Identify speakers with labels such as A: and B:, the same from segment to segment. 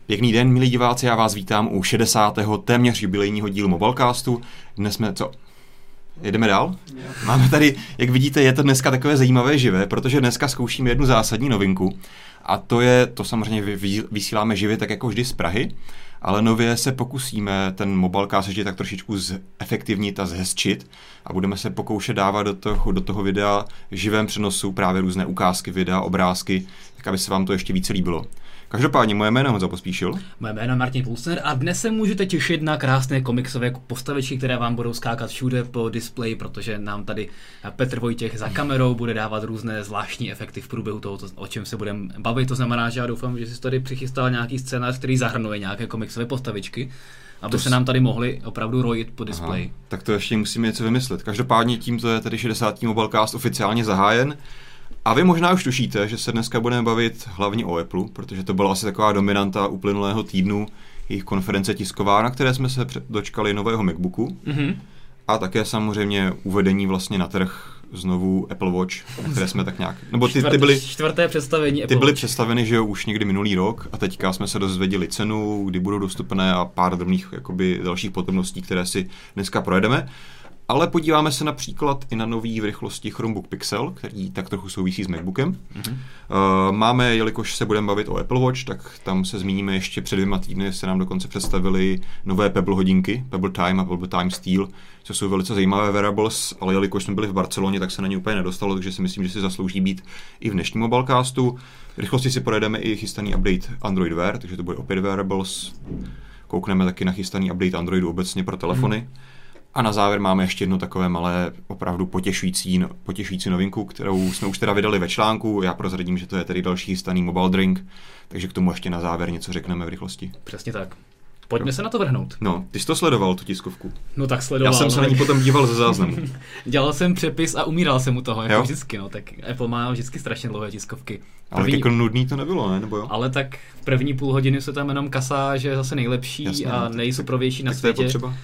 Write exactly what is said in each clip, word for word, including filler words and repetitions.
A: Pěkný den, milí diváci, já vás vítám u šedesátého téměř jubilejního dílu Mobilecastu. Dnes jsme, co? Jedeme dál? Yeah. Máme tady, jak vidíte, je to dneska takové zajímavé živé, protože dneska zkoušíme jednu zásadní novinku a to je, to samozřejmě vysíláme živě tak jako vždy z Prahy, ale nově se pokusíme ten Mobilecast ještě tak trošičku zefektivnit a zhezčit a budeme se pokoušet dávat do toho, do toho videa v živém přenosu právě různé ukázky videa, obrázky, tak aby se vám to ještě více líbilo. Každopádně moje jméno Honza Pospíšil.
B: Moje jméno je Martin Pulsner a dnes se můžete těšit na krásné komiksové postavičky, které vám budou skákat všude po displeji, protože nám tady Petr Vojtěch za kamerou bude dávat různé zvláštní efekty v průběhu toho, o čem se budeme bavit. To znamená, že já doufám, že jsi tady přichystal nějaký scénář, který zahrnuje nějaké komiksové postavičky, aby to se nám tady mohli opravdu rojit po displeji.
A: Aha, tak to ještě musíme něco vymyslet. Každopádně tímto je tady šedesátý Mobilecast oficiálně zahájen. A vy možná už tušíte, že se dneska budeme bavit hlavně o Apple, protože to byla asi taková dominanta uplynulého týdnu, jejich konference tisková, na které jsme se dočkali nového MacBooku. Mm-hmm. A také samozřejmě uvedení vlastně na trh znovu Apple Watch, na které jsme tak nějak... Nebo ty, ty byly,
B: čtvrté představení Apple
A: Ty byly
B: Watch.
A: představeny, že jo, už někdy minulý rok a teďka jsme se dozvěděli cenu, kdy budou dostupné a pár drobných jakoby dalších podrobností, které si dneska projedeme. Ale podíváme se například i na nový v rychlosti Chromebook Pixel, který tak trochu souvisí s MacBookem. Mm-hmm. Uh, máme, jelikož se budeme bavit o Apple Watch, tak tam se zmíníme ještě před dvěma týdny, se nám dokonce představili nové Pebble hodinky, Pebble Time a Pebble Time Steel, co jsou velice zajímavé wearables, ale jelikož jsme byli v Barceloně, tak se na ně úplně nedostalo, takže si myslím, že si zaslouží být i v dnešním Mobilecastu. V rychlosti si projedeme i chystaný update Android Wear, takže to bude opět wearables. Koukneme taky na chystaný update Androidu obecně pro telefony. Mm. A na závěr máme ještě jedno takové malé, opravdu potěšující, potěšující novinku, kterou jsme už teda vydali ve článku. Já prozradím, že to je tedy další chystaný mobile drink, takže k tomu ještě na závěr něco řekneme v rychlosti.
B: Přesně tak. Pojďme no. se na to vrhnout.
A: No, ty jsi to sledoval, tu tiskovku.
B: No tak sledoval.
A: Já jsem se no. na ní potom díval ze záznamu.
B: Dělal jsem přepis a umíral jsem u toho, jako jo? vždycky, no, tak Apple má vždycky strašně dlouhé tiskovky.
A: První... Ale jako nudný to nebylo, ne? Nebo jo?
B: Ale tak v první půl hodiny se tam jenom kasá, že je zase nejlepší. Jasně, a nejsuprovější na světě.
A: To je potřeba.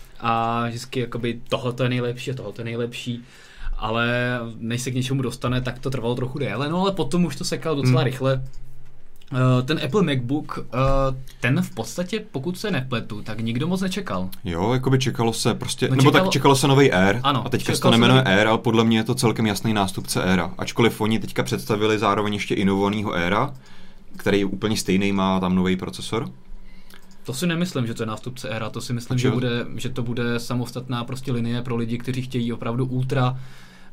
B: A vždycky jakoby tohle je nejlepší a tohle je nejlepší, ale než se k něčemu dostane, tak to trvalo trochu déle, no ale potom už to sekal docela hmm. rychle. Uh, ten Apple MacBook, uh, ten v podstatě, pokud se nepletu, tak nikdo moc nečekal.
A: Jo, jakoby čekalo se prostě,
B: no,
A: nebo
B: čekalo...
A: tak čekalo se nový Air,
B: ano,
A: a teďka se to nemenuje nový... Air, ale podle mě je to celkem jasný nástupce Aira. Ačkoliv oni teďka představili zároveň ještě inovovanýho Aira, který je úplně stejný, má tam nový procesor.
B: To si nemyslím, že to je nástupce Aira, to si myslím, že, bude, že to bude samostatná prostě linie pro lidi, kteří chtějí opravdu ultra uh,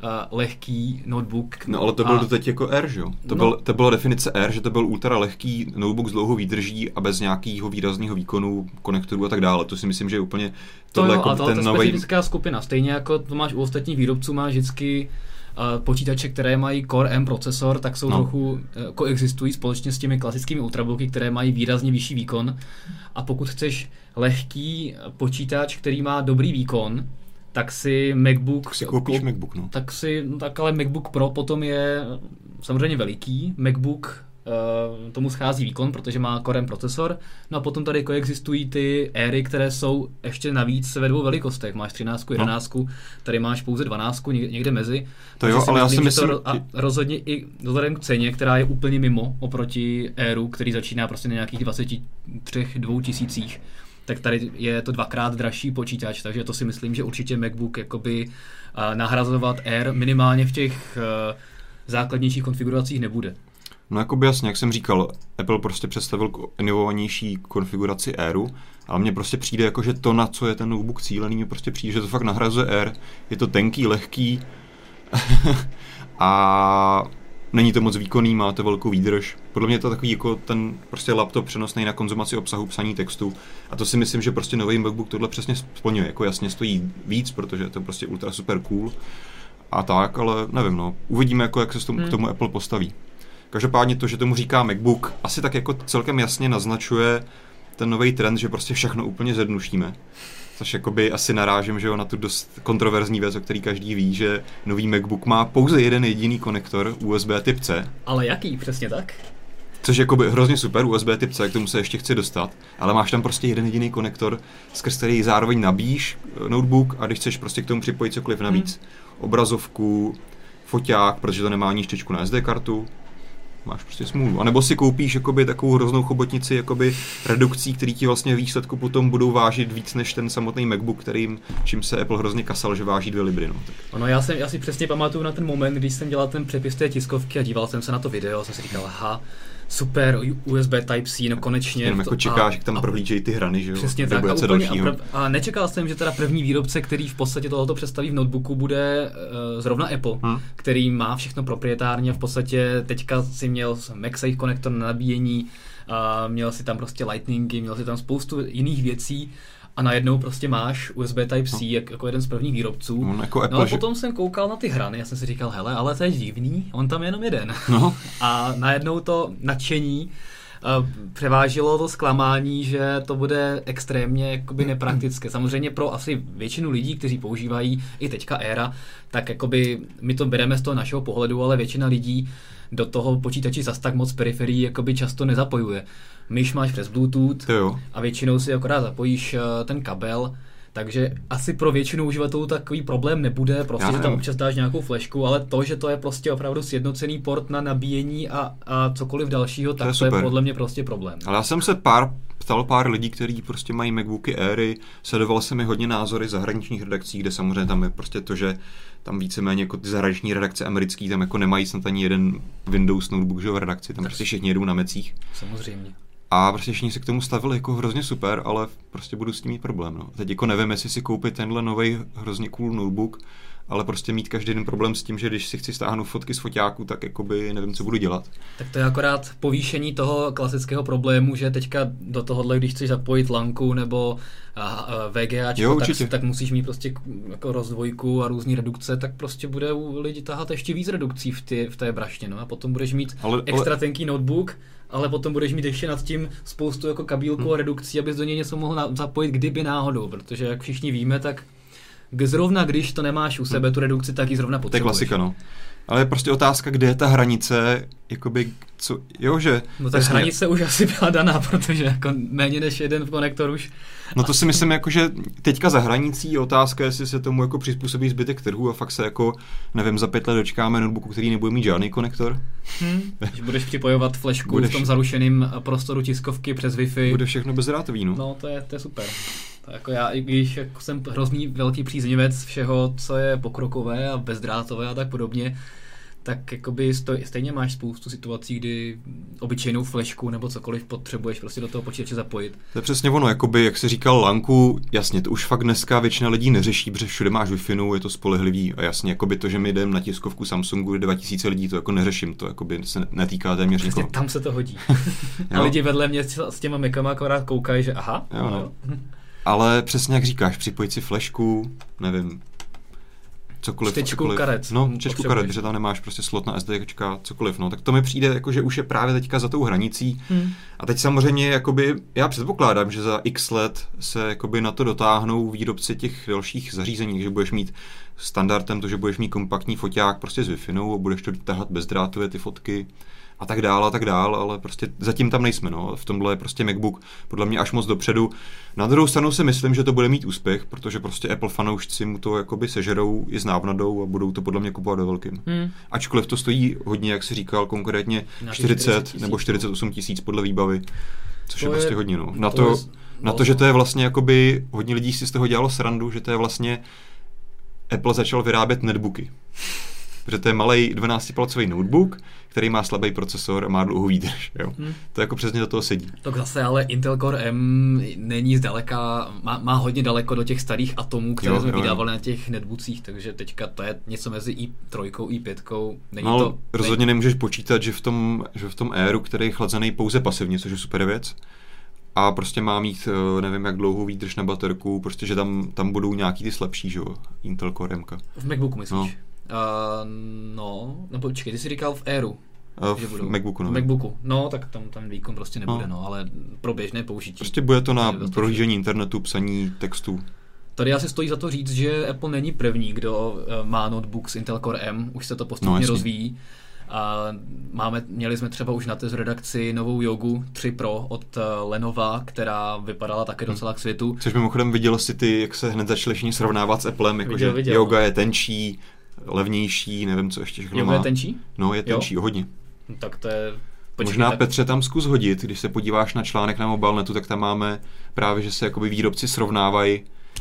B: lehký notebook.
A: No ale to byl a... teď jako Air, že jo? To, no. byl, to byla definice Air, že to byl ultra lehký notebook s dlouhou výdrží a bez nějakého výrazného výkonu, konektorů a tak dále. To si myslím, že je úplně tohle
B: to jo,
A: jako
B: a
A: ten
B: to
A: nový...
B: specifická skupina. Stejně jako to máš u ostatních výrobců, máš vždycky Uh, počítače, které mají Core M procesor, tak jsou no. trochu uh, koexistují společně s těmi klasickými ultrabooky, které mají výrazně vyšší výkon. A pokud chceš lehký počítač, který má dobrý výkon, tak si MacBook...
A: Tak si koupíš po, MacBook, no.
B: Tak si, no tak ale MacBook Pro potom je samozřejmě veliký. MacBook Uh, tomu schází výkon, protože má Core M procesor. No a potom tady koexistují ty Airy, které jsou ještě navíc ve dvou velikostech. Máš třináct, jedenáct, no. Tady máš pouze dvacet, někde mezi.
A: To jo, ale já si myslím...
B: To, a rozhodně i vzhledem k ceně, která je úplně mimo oproti Airu, který začíná prostě na nějakých dvacet tři dvou tisících, tak tady je to dvakrát dražší počítač, takže to si myslím, že určitě MacBook jakoby uh, nahrazovat Air minimálně v těch uh, základnějších konfiguracích nebude.
A: No jakoby jasně, jak jsem říkal, Apple prostě představil inovovanější konfiguraci Airu, ale mně prostě přijde jako, že to, na co je ten notebook cílený, mně prostě přijde, že to fakt nahrazuje Air. Je to tenký, lehký a není to moc výkonný, má to velkou výdrž. Podle mě je to takový jako ten prostě laptop přenosný na konzumaci obsahu, psaní textu a to si myslím, že prostě nový MacBook tohle přesně splňuje. Jako jasně stojí víc, protože je to prostě ultra super cool a tak, ale nevím, no. Uvidíme, jako, jak se tomu, hmm. k tomu Apple postaví. Každopádně to, že tomu říká MacBook, asi tak jako celkem jasně naznačuje ten nový trend, že prostě všechno úplně zjednodušíme. Což jakoby asi narážím, že jo, na tu dost kontroverzní věc, o který každý ví, že nový MacBook má pouze jeden jediný konektor U S B typ C.
B: Ale jaký, přesně tak?
A: Což je jakoby hrozně super, U S B typ C, k tomu se ještě chci dostat, ale máš tam prostě jeden jediný konektor, skrz který zároveň nabíjíš notebook a když chceš prostě k tomu připojit cokoliv navíc, hmm. obrazovku, foťák, protože to nemá ani štěčku na S D kartu, máš prostě smůlu. A nebo si koupíš jakoby takovou hroznou chobotnici jakoby redukcí, který ti vlastně výsledku potom budou vážit víc než ten samotný MacBook, kterým čím se Apple hrozně kasal, že váží dvě libry. No, tak.
B: Ono, já, jsem, já si přesně pamatuju na ten moment, když jsem dělal ten přepis té tiskovky a díval jsem se na to video a jsem si říkal, aha, super, U S B Type-C, no konečně.
A: Jenom jako čekáš, jak tam prohlížejí ty hrany, že jo?
B: Přesně tak. A, úplně, a, prv, a nečekal jsem, že teda první výrobce, který v podstatě tohoto představí v notebooku, bude uh, zrovna Apple, hmm. který má všechno proprietárně a v podstatě teďka si měl MagSafe konektor na nabíjení, a měl si tam prostě Lightningy, měl si tam spoustu jiných věcí. A najednou prostě máš U S B Type-C no. jak, jako jeden z prvních výrobců.
A: No, jako Apple,
B: no a
A: že...
B: potom jsem koukal na ty hrany, já jsem si říkal, hele, ale to je divný, on tam je jenom jeden.
A: No.
B: A najednou to nadšení uh, převážilo to zklamání, že to bude extrémně jakoby nepraktické. Samozřejmě pro asi většinu lidí, kteří používají i teďka Aira, tak jakoby my to bereme z toho našeho pohledu, ale většina lidí do toho počítači zas tak moc periferií jakoby často nezapojuje. Myš máš přes Bluetooth a většinou si akorát zapojíš uh, ten kabel, takže asi pro většinu uživatelů takový problém nebude, prostě, že tam občas dáš nějakou flešku, ale to, že to je prostě opravdu sjednocený port na nabíjení a, a cokoliv dalšího, tak to je, to je podle mě prostě problém.
A: Ale já jsem se pár, ptal pár lidí, kteří prostě mají MacBooky Airy, sledoval jsem mi hodně názory zahraničních redakcí, kde samozřejmě tam je prostě to, že tam víceméně jako ty zahraniční redakce americký, tam jako nemají snad ani jeden Windows notebook, že v redakci, tam prostě všichni jedou na mecích.
B: Samozřejmě.
A: A prostě všichni se k tomu stavili jako hrozně super, ale prostě budu s tím mít problém. No. Teď jako nevím, jestli si koupit tenhle novej hrozně cool notebook, ale prostě mít každý den problém s tím, že když si chci stáhnout fotky z foťáku, tak jakoby nevím, co budu dělat.
B: Tak to je akorát povýšení toho klasického problému, že teďka do tohohle, když chceš zapojit lanku nebo VGAčko, tak, tak musíš mít prostě jako rozdvojku a různý redukce, tak prostě bude u lidí tahat ještě víc redukcí v, ty, v té brašně. No? A potom budeš mít ale, extra ale... tenký notebook, ale potom budeš mít ještě nad tím spoustu jako kabílku hmm. a redukcí, abys do něj něco mohl na- zapojit kdyby náhodou, protože jak všichni víme, tak zrovna když to nemáš u sebe, tu redukci, tak ji zrovna potřebuješ.
A: To je klasika, no. Ale je prostě otázka, kde je ta hranice, jakoby, co, jo, že...
B: No tak jasně, hranice už asi byla daná, protože jako méně než jeden konektor už...
A: No to si myslím, jako, že teďka za hranicí je otázka, jestli se tomu jako přizpůsobí zbytek trhu a fakt se jako, nevím, za pět let dočkáme notebooku, který nebude mít žádný konektor.
B: Hmm. Když budeš připojovat flešku budeš... v tom zarušeném prostoru tiskovky přes Wi-Fi.
A: Bude všechno bezdrátový, no.
B: No to je, to je super. Tak jako já, i když jako jsem hrozný velký příznivec všeho, co je pokrokové a bezdrátové a tak podobně, tak jakoby stoj, stejně máš spoustu situací, kdy obyčejnou flešku nebo cokoliv potřebuješ prostě do toho počítače zapojit.
A: To je přesně ono, jakoby, jak se říkal lanku, jasně, to už fakt dneska většina lidí neřeší, protože všude máš Wi-Fi, je to spolehlivý a jasně, jakoby to, že my jdeme na tiskovku Samsungu dva tisíce lidí, to jako neřeším, to jakoby se netýká téměř
B: přesně
A: nikoho.
B: Tam se to hodí. A lidi vedle mě s těma Macama akorát koukají, že aha.
A: Jo, no. Ale přesně jak říkáš, připojit si flešku, nevím, cokoliv.
B: Čtečku
A: cokoliv.
B: karet.
A: No, čtečku karet, protože tam nemáš prostě slot na SDčka, cokoliv, no. Tak to mi přijde, jako, že už je právě teďka za tou hranicí. Hmm. A teď samozřejmě, jakoby, já předpokládám, že za x let se jakoby na to dotáhnou výrobci těch dalších zařízení, že budeš mít standardem to, že budeš mít kompaktní foťák prostě s Wi-Fi a budeš to tahat bezdrátově ty fotky a tak dál a tak dál, ale prostě zatím tam nejsme, no. V tomhle je prostě MacBook podle mě až moc dopředu. Na druhou stranu si myslím, že to bude mít úspěch, protože prostě Apple fanoušci mu to jakoby sežerou i s návnadou a budou to podle mě kupovat ve velkým. Hmm. Ačkoliv to stojí hodně, jak si říkal, konkrétně čtyřicet nebo čtyřicet osm tisíc podle výbavy, což to je, je prostě hodně, no. Na to, to, je, na to, že to je vlastně jakoby, hodně lidí si z toho dělalo srandu, že to je vlastně Apple začal vyrábět netbooky. Protože to je malej dvanáctipalcový notebook, který má slabý procesor a má dlouhou výdrž. Jo? Hmm. To jako přesně do toho sedí.
B: Tak zase ale Intel Core M není zdaleka, má, má hodně daleko do těch starých atomů, které jo, jsme jo, vydávali jo. na těch netbookcích, takže teďka to je něco mezi i tři, i pět. Není
A: no,
B: to,
A: rozhodně nej... nemůžeš počítat, že v tom, že v tom Airu, který je chlazený pouze pasivně, což je super věc, a prostě má mít, nevím, jak dlouhou výdrž na baterku, prostě, že tam, tam budou nějaký ty slabší, že jo, Intel Core M.
B: V MacBooku myslíš? No. Uh, no, no počkej, ty jsi říkal v Airu.
A: Uh, v budou. Macbooku, no.
B: V Macbooku, no, tak tam ten výkon prostě nebude, no, no ale pro běžné použití.
A: Prostě bude to na prohlížení internetu, psaní textů.
B: Tady asi stojí za to říct, že Apple není první, kdo má notebook s Intel Core M, už se to postupně no, rozvíjí. A máme, měli jsme třeba už na té redakci novou Yogu tři Pro od Lenova, která vypadala také docela k světu.
A: Což mimochodem viděl si ty, jak se hned začali všichni srovnávat s Applem, jakože Yoga je tenčí, levnější, nevím, co ještě všechno
B: Yoga
A: má.
B: Je tenčí?
A: No, je tenčí, jo? hodně.
B: Tak to je... Počkej,
A: Možná
B: tak...
A: Petře tam zkus hodit, když se podíváš na článek na Mobilenetu, tak tam máme právě, že se jakoby výrobci srovnávají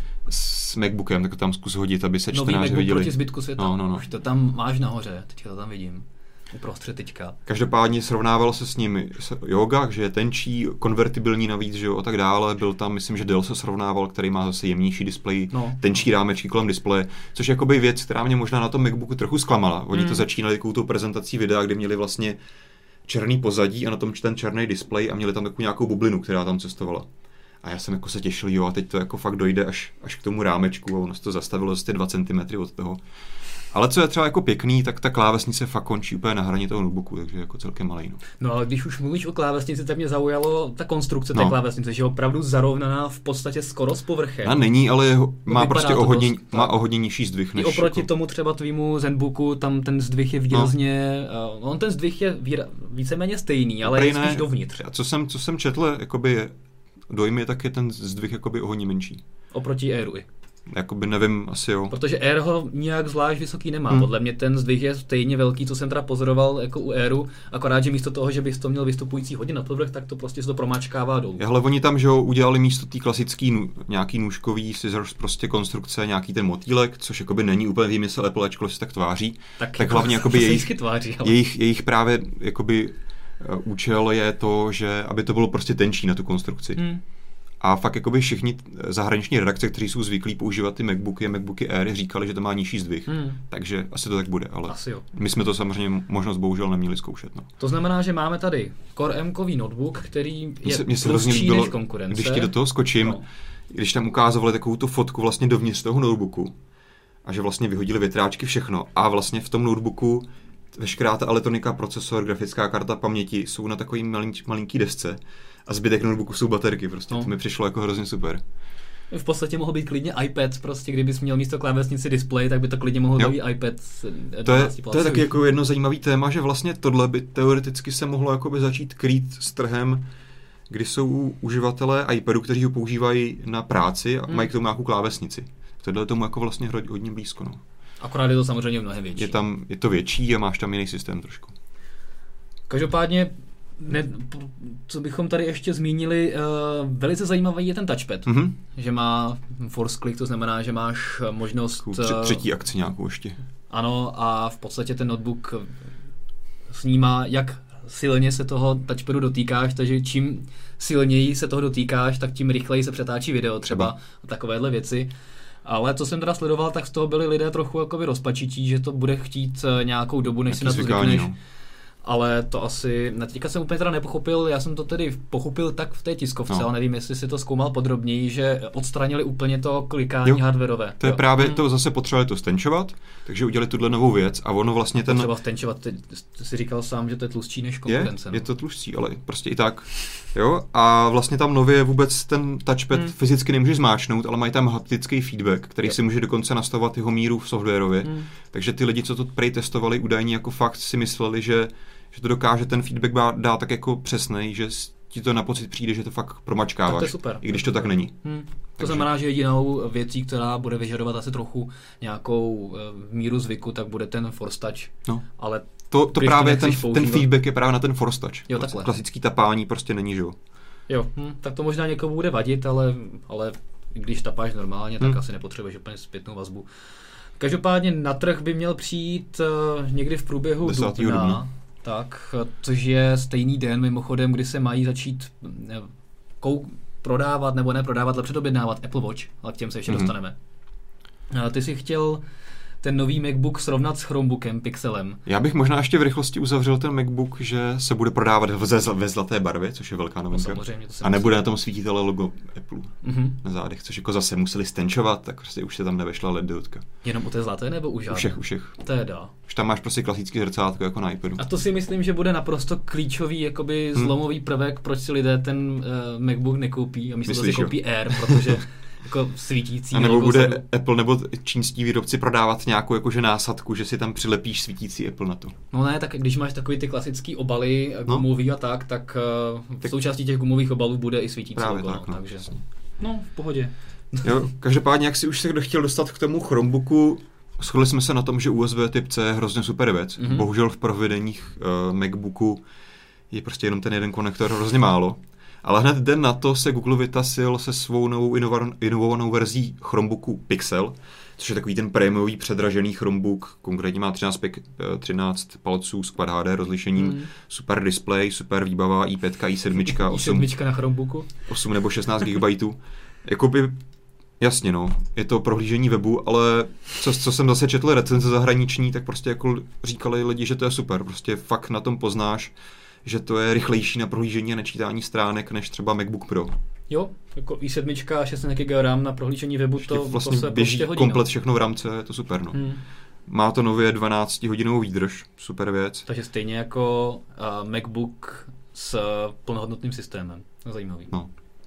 A: s MacBookem, tak to tam zkus hodit, aby se čtenáři viděli.
B: Nový MacBook proti zbytku světa.
A: No, no, no.
B: Už to tam máš nahoře, teďka to tam vidím. Uprostřed teďka.
A: Každopádně srovnával se s ním Yoga, že je tenčí, konvertibilní navíc, že jo, a tak dále. Byl tam, myslím, že Dell se srovnával, který má zase jemnější displej, no. tenčí rámečky kolem displeje, což je jakoby věc, která mě možná na tom MacBooku trochu zklamala. Oni mm. to začínali takovou tou prezentací videa, kde měli vlastně černý pozadí a na tom ten černý displej a měli tam takovou nějakou bublinu, která tam cestovala. A já jsem jako se těšil, jo, a teď to jako fakt dojde až, až k tomu rámečku a ono se to zastavilo zase dva centimetry od toho. Ale co je třeba jako pěkný, tak ta klávesnice fakt končí úplně na hraně toho notebooku, takže jako celkem malej. No,
B: no ale když už mluvíš o klávesnici, tak mě zaujalo ta konstrukce té no. klávesnice, že je opravdu zarovnaná v podstatě skoro s povrchem.
A: A není, ale jeho, má prostě o hodně, dost, má o hodně nižší zdvih. Než
B: I oproti
A: jako...
B: tomu třeba tvýmu ZenBooku, tam ten zdvih je výrazně, no. on ten zdvih je výra, víceméně stejný, ale je spíš dovnitř.
A: A co jsem, co jsem četl, jakoby dojmy, tak je ten zdvih jakoby o hodně menší.
B: Oproti Airu.
A: Jakoby nevím, asi jo.
B: Protože Air ho nijak zvlášť vysoký nemá. Hmm. Podle mě ten zdvih je stejně velký, co jsem teda pozoroval jako u Airu, akorát, že místo toho, že bys to měl vystupující hodně na povrch, tak to prostě se to promáčkává dolů.
A: Ale oni tam, že jo, udělali místo té klasický nů, nějaký nůžkový scissors prostě konstrukce, nějaký ten motýlek, což jakoby není úplně výmysl Apple, ačkoliv se tak tváří.
B: Tak,
A: tak hlavně jakoby jejich,
B: tváří, ale...
A: jejich, jejich právě jakoby uh, účel je to, že aby to bylo prostě tenčí na tu konstrukci. Hmm. A fakt jakoby všichni zahraniční redakce, kteří jsou zvyklí používat ty MacBooky a MacBooky Air, říkali, že to má nižší zdvih. Hmm. Takže asi to tak bude, ale
B: asi jo.
A: My jsme to samozřejmě možnost bohužel neměli zkoušet. No.
B: To znamená, že máme tady Core M-kový notebook, který je tlustší než konkurence.
A: Když ti do toho skočím, no. Když tam ukázovali takovou tu fotku vlastně dovnitř toho notebooku a že vlastně vyhodili větráčky, všechno a vlastně v tom notebooku veškerá ta elektronika, procesor, grafická karta, paměti jsou na takový malinký, malinký desce. A zbytek notebooku jsou baterky prostě, no. To mi přišlo jako hrozně super.
B: V podstatě mohl být klidně iPad, prostě kdybys měl místo klávesnici display, tak by to klidně mohl být iPad.
A: To je, to je taky jako jedno zajímavý téma, že vlastně tohle by teoreticky se mohlo jakoby začít krýt s trhem, kdy jsou uživatelé iPadu, kteří ho používají na práci a hmm. mají k tomu nějakou klávesnici. Tohle je tomu jako vlastně hodně blízko. No.
B: Akorát je to samozřejmě mnohem větší.
A: Je, tam, je to větší a máš tam jiný systém trošku.
B: Každopádně Ne, co bychom tady ještě zmínili, uh, velice zajímavý je ten touchpad, mm-hmm. že má force click, to znamená, že máš možnost...
A: Tři, třetí akci nějakou ještě.
B: Ano, a v podstatě ten notebook snímá, jak silně se toho touchpadu dotýkáš, takže čím silněji se toho dotýkáš, tak tím rychleji se přetáčí video třeba a takovéhle věci. Ale co jsem teda sledoval, tak z toho byli lidé trochu jakoby rozpačití, že to bude chtít nějakou dobu, než si na to zvykneš. No. Ale to asi, teďka jsem úplně teda nepochopil, já jsem to tedy pochopil tak v té tiskovce, no. Ale nevím, jestli si to zkoumal podrobněji, že odstranili úplně to klikání jo, hardwareové.
A: To je
B: jo.
A: právě,
B: hmm.
A: to zase potřebovali to stenčovat, takže udělali tuhle novou věc a ono vlastně ten...
B: Třeba stenčovat, ty, ty jsi říkal sám, že to je tlustší než konkurence.
A: Je, je to tlustší, ale prostě i tak. Jo, a vlastně tam nově vůbec ten touchpad hmm. fyzicky nemůže zmáčknout, ale mají tam haptický feedback, který jo. si může dokonce nastavovat jeho míru v softwarově. Hmm. Takže ty lidi, co to prej testovali, údajně jako fakt si mysleli, že že to dokáže ten feedback dá tak jako přesnej, že ti to na pocit přijde, že to fakt promačkáváš.
B: To je super.
A: I když to tak není.
B: Hmm. To Takže... znamená, že jedinou věcí, která bude vyžadovat asi trochu nějakou uh, míru zvyku, tak bude ten force touch.
A: No.
B: Ale
A: to, to právě ten, ten feedback je právě na ten force touch.
B: Jo, takhle.
A: Klasický tapání prostě není, že jo.
B: Jo, hm, tak to možná někomu bude vadit, ale, ale když tapáš normálně, tak hmm. asi nepotřebuješ úplně zpětnou vazbu. Každopádně na trh by měl přijít uh, někdy v průběhu dubna. Tak, což je stejný den mimochodem, kdy se mají začít kou- prodávat nebo ne prodávat, ale předobjednávat Apple Watch, ale k těm se ještě mm-hmm. dostaneme. A ty jsi chtěl ten nový MacBook srovnat s Chromebookem, Pixelem.
A: Já bych možná ještě v rychlosti uzavřel ten MacBook, že se bude prodávat ve zlaté barvě, což je velká novinka.
B: No,
A: a nebude na tom svítit ale logo Apple mm-hmm. na zádech, což jako zase museli stenčovat, tak prostě už se tam nevešla el é dé diotka.
B: Jenom u té zlaté nebo u žádné?
A: U všech, u všech.
B: Teda.
A: Už tam máš prostě klasický zrcátko jako na iPadu.
B: A to si myslím, že bude naprosto klíčový jakoby hmm. zlomový prvek, proč si lidé ten uh, MacBook nekoupí a místo toho si koupí Air, protože jako svítící.
A: A nebo bude zadu. Apple nebo čínští výrobci prodávat nějakou jakože násadku, že si tam přilepíš svítící Apple na to.
B: No ne, tak když máš takový ty klasický obaly gumový no. a tak, tak uh, v součástí těch gumových obalů bude i svítící
A: Právě
B: logo.
A: Tak, no,
B: takže no, v pohodě.
A: Jo, každopádně, jak si už se kdo chtěl dostat k tomu Chromebooku Shodli jsme se na tom, že U S B typ C je hrozně super věc. Mm-hmm. Bohužel v provedeních uh, MacBooku je prostě jenom ten jeden konektor hrozně málo. Ale hned den na to se Google vytasil se svou novou inovovanou verzí Chromebooku Pixel, což je takový ten prémiový předražený Chromebook, konkrétně má třináct, třináct palců s Quad H D rozlišením, mm. super display, super výbava, i pět, i sedm, osm,
B: i sedm na Chromebooku,
A: osm nebo šestnáct gigabajtů. Jakoby, jasně no, je to prohlížení webu, ale co, co jsem zase četl recenze zahraniční, tak prostě jako říkali lidi, že to je super, prostě fakt na tom poznáš, že to je rychlejší na prohlížení a načítání stránek než třeba MacBook Pro.
B: Jo, jako i sedm a šestnáct gigabajtů RAM na prohlížení webu, to,
A: vlastně
B: to se
A: běží
B: prostě hodí,
A: komplet
B: no.
A: všechno v rámci, je to super. No.
B: Hmm.
A: Má to nově dvanáctihodinovou výdrž, super věc.
B: Takže stejně jako uh, MacBook s uh, plnohodnotným systémem. No, zajímavý.
A: No.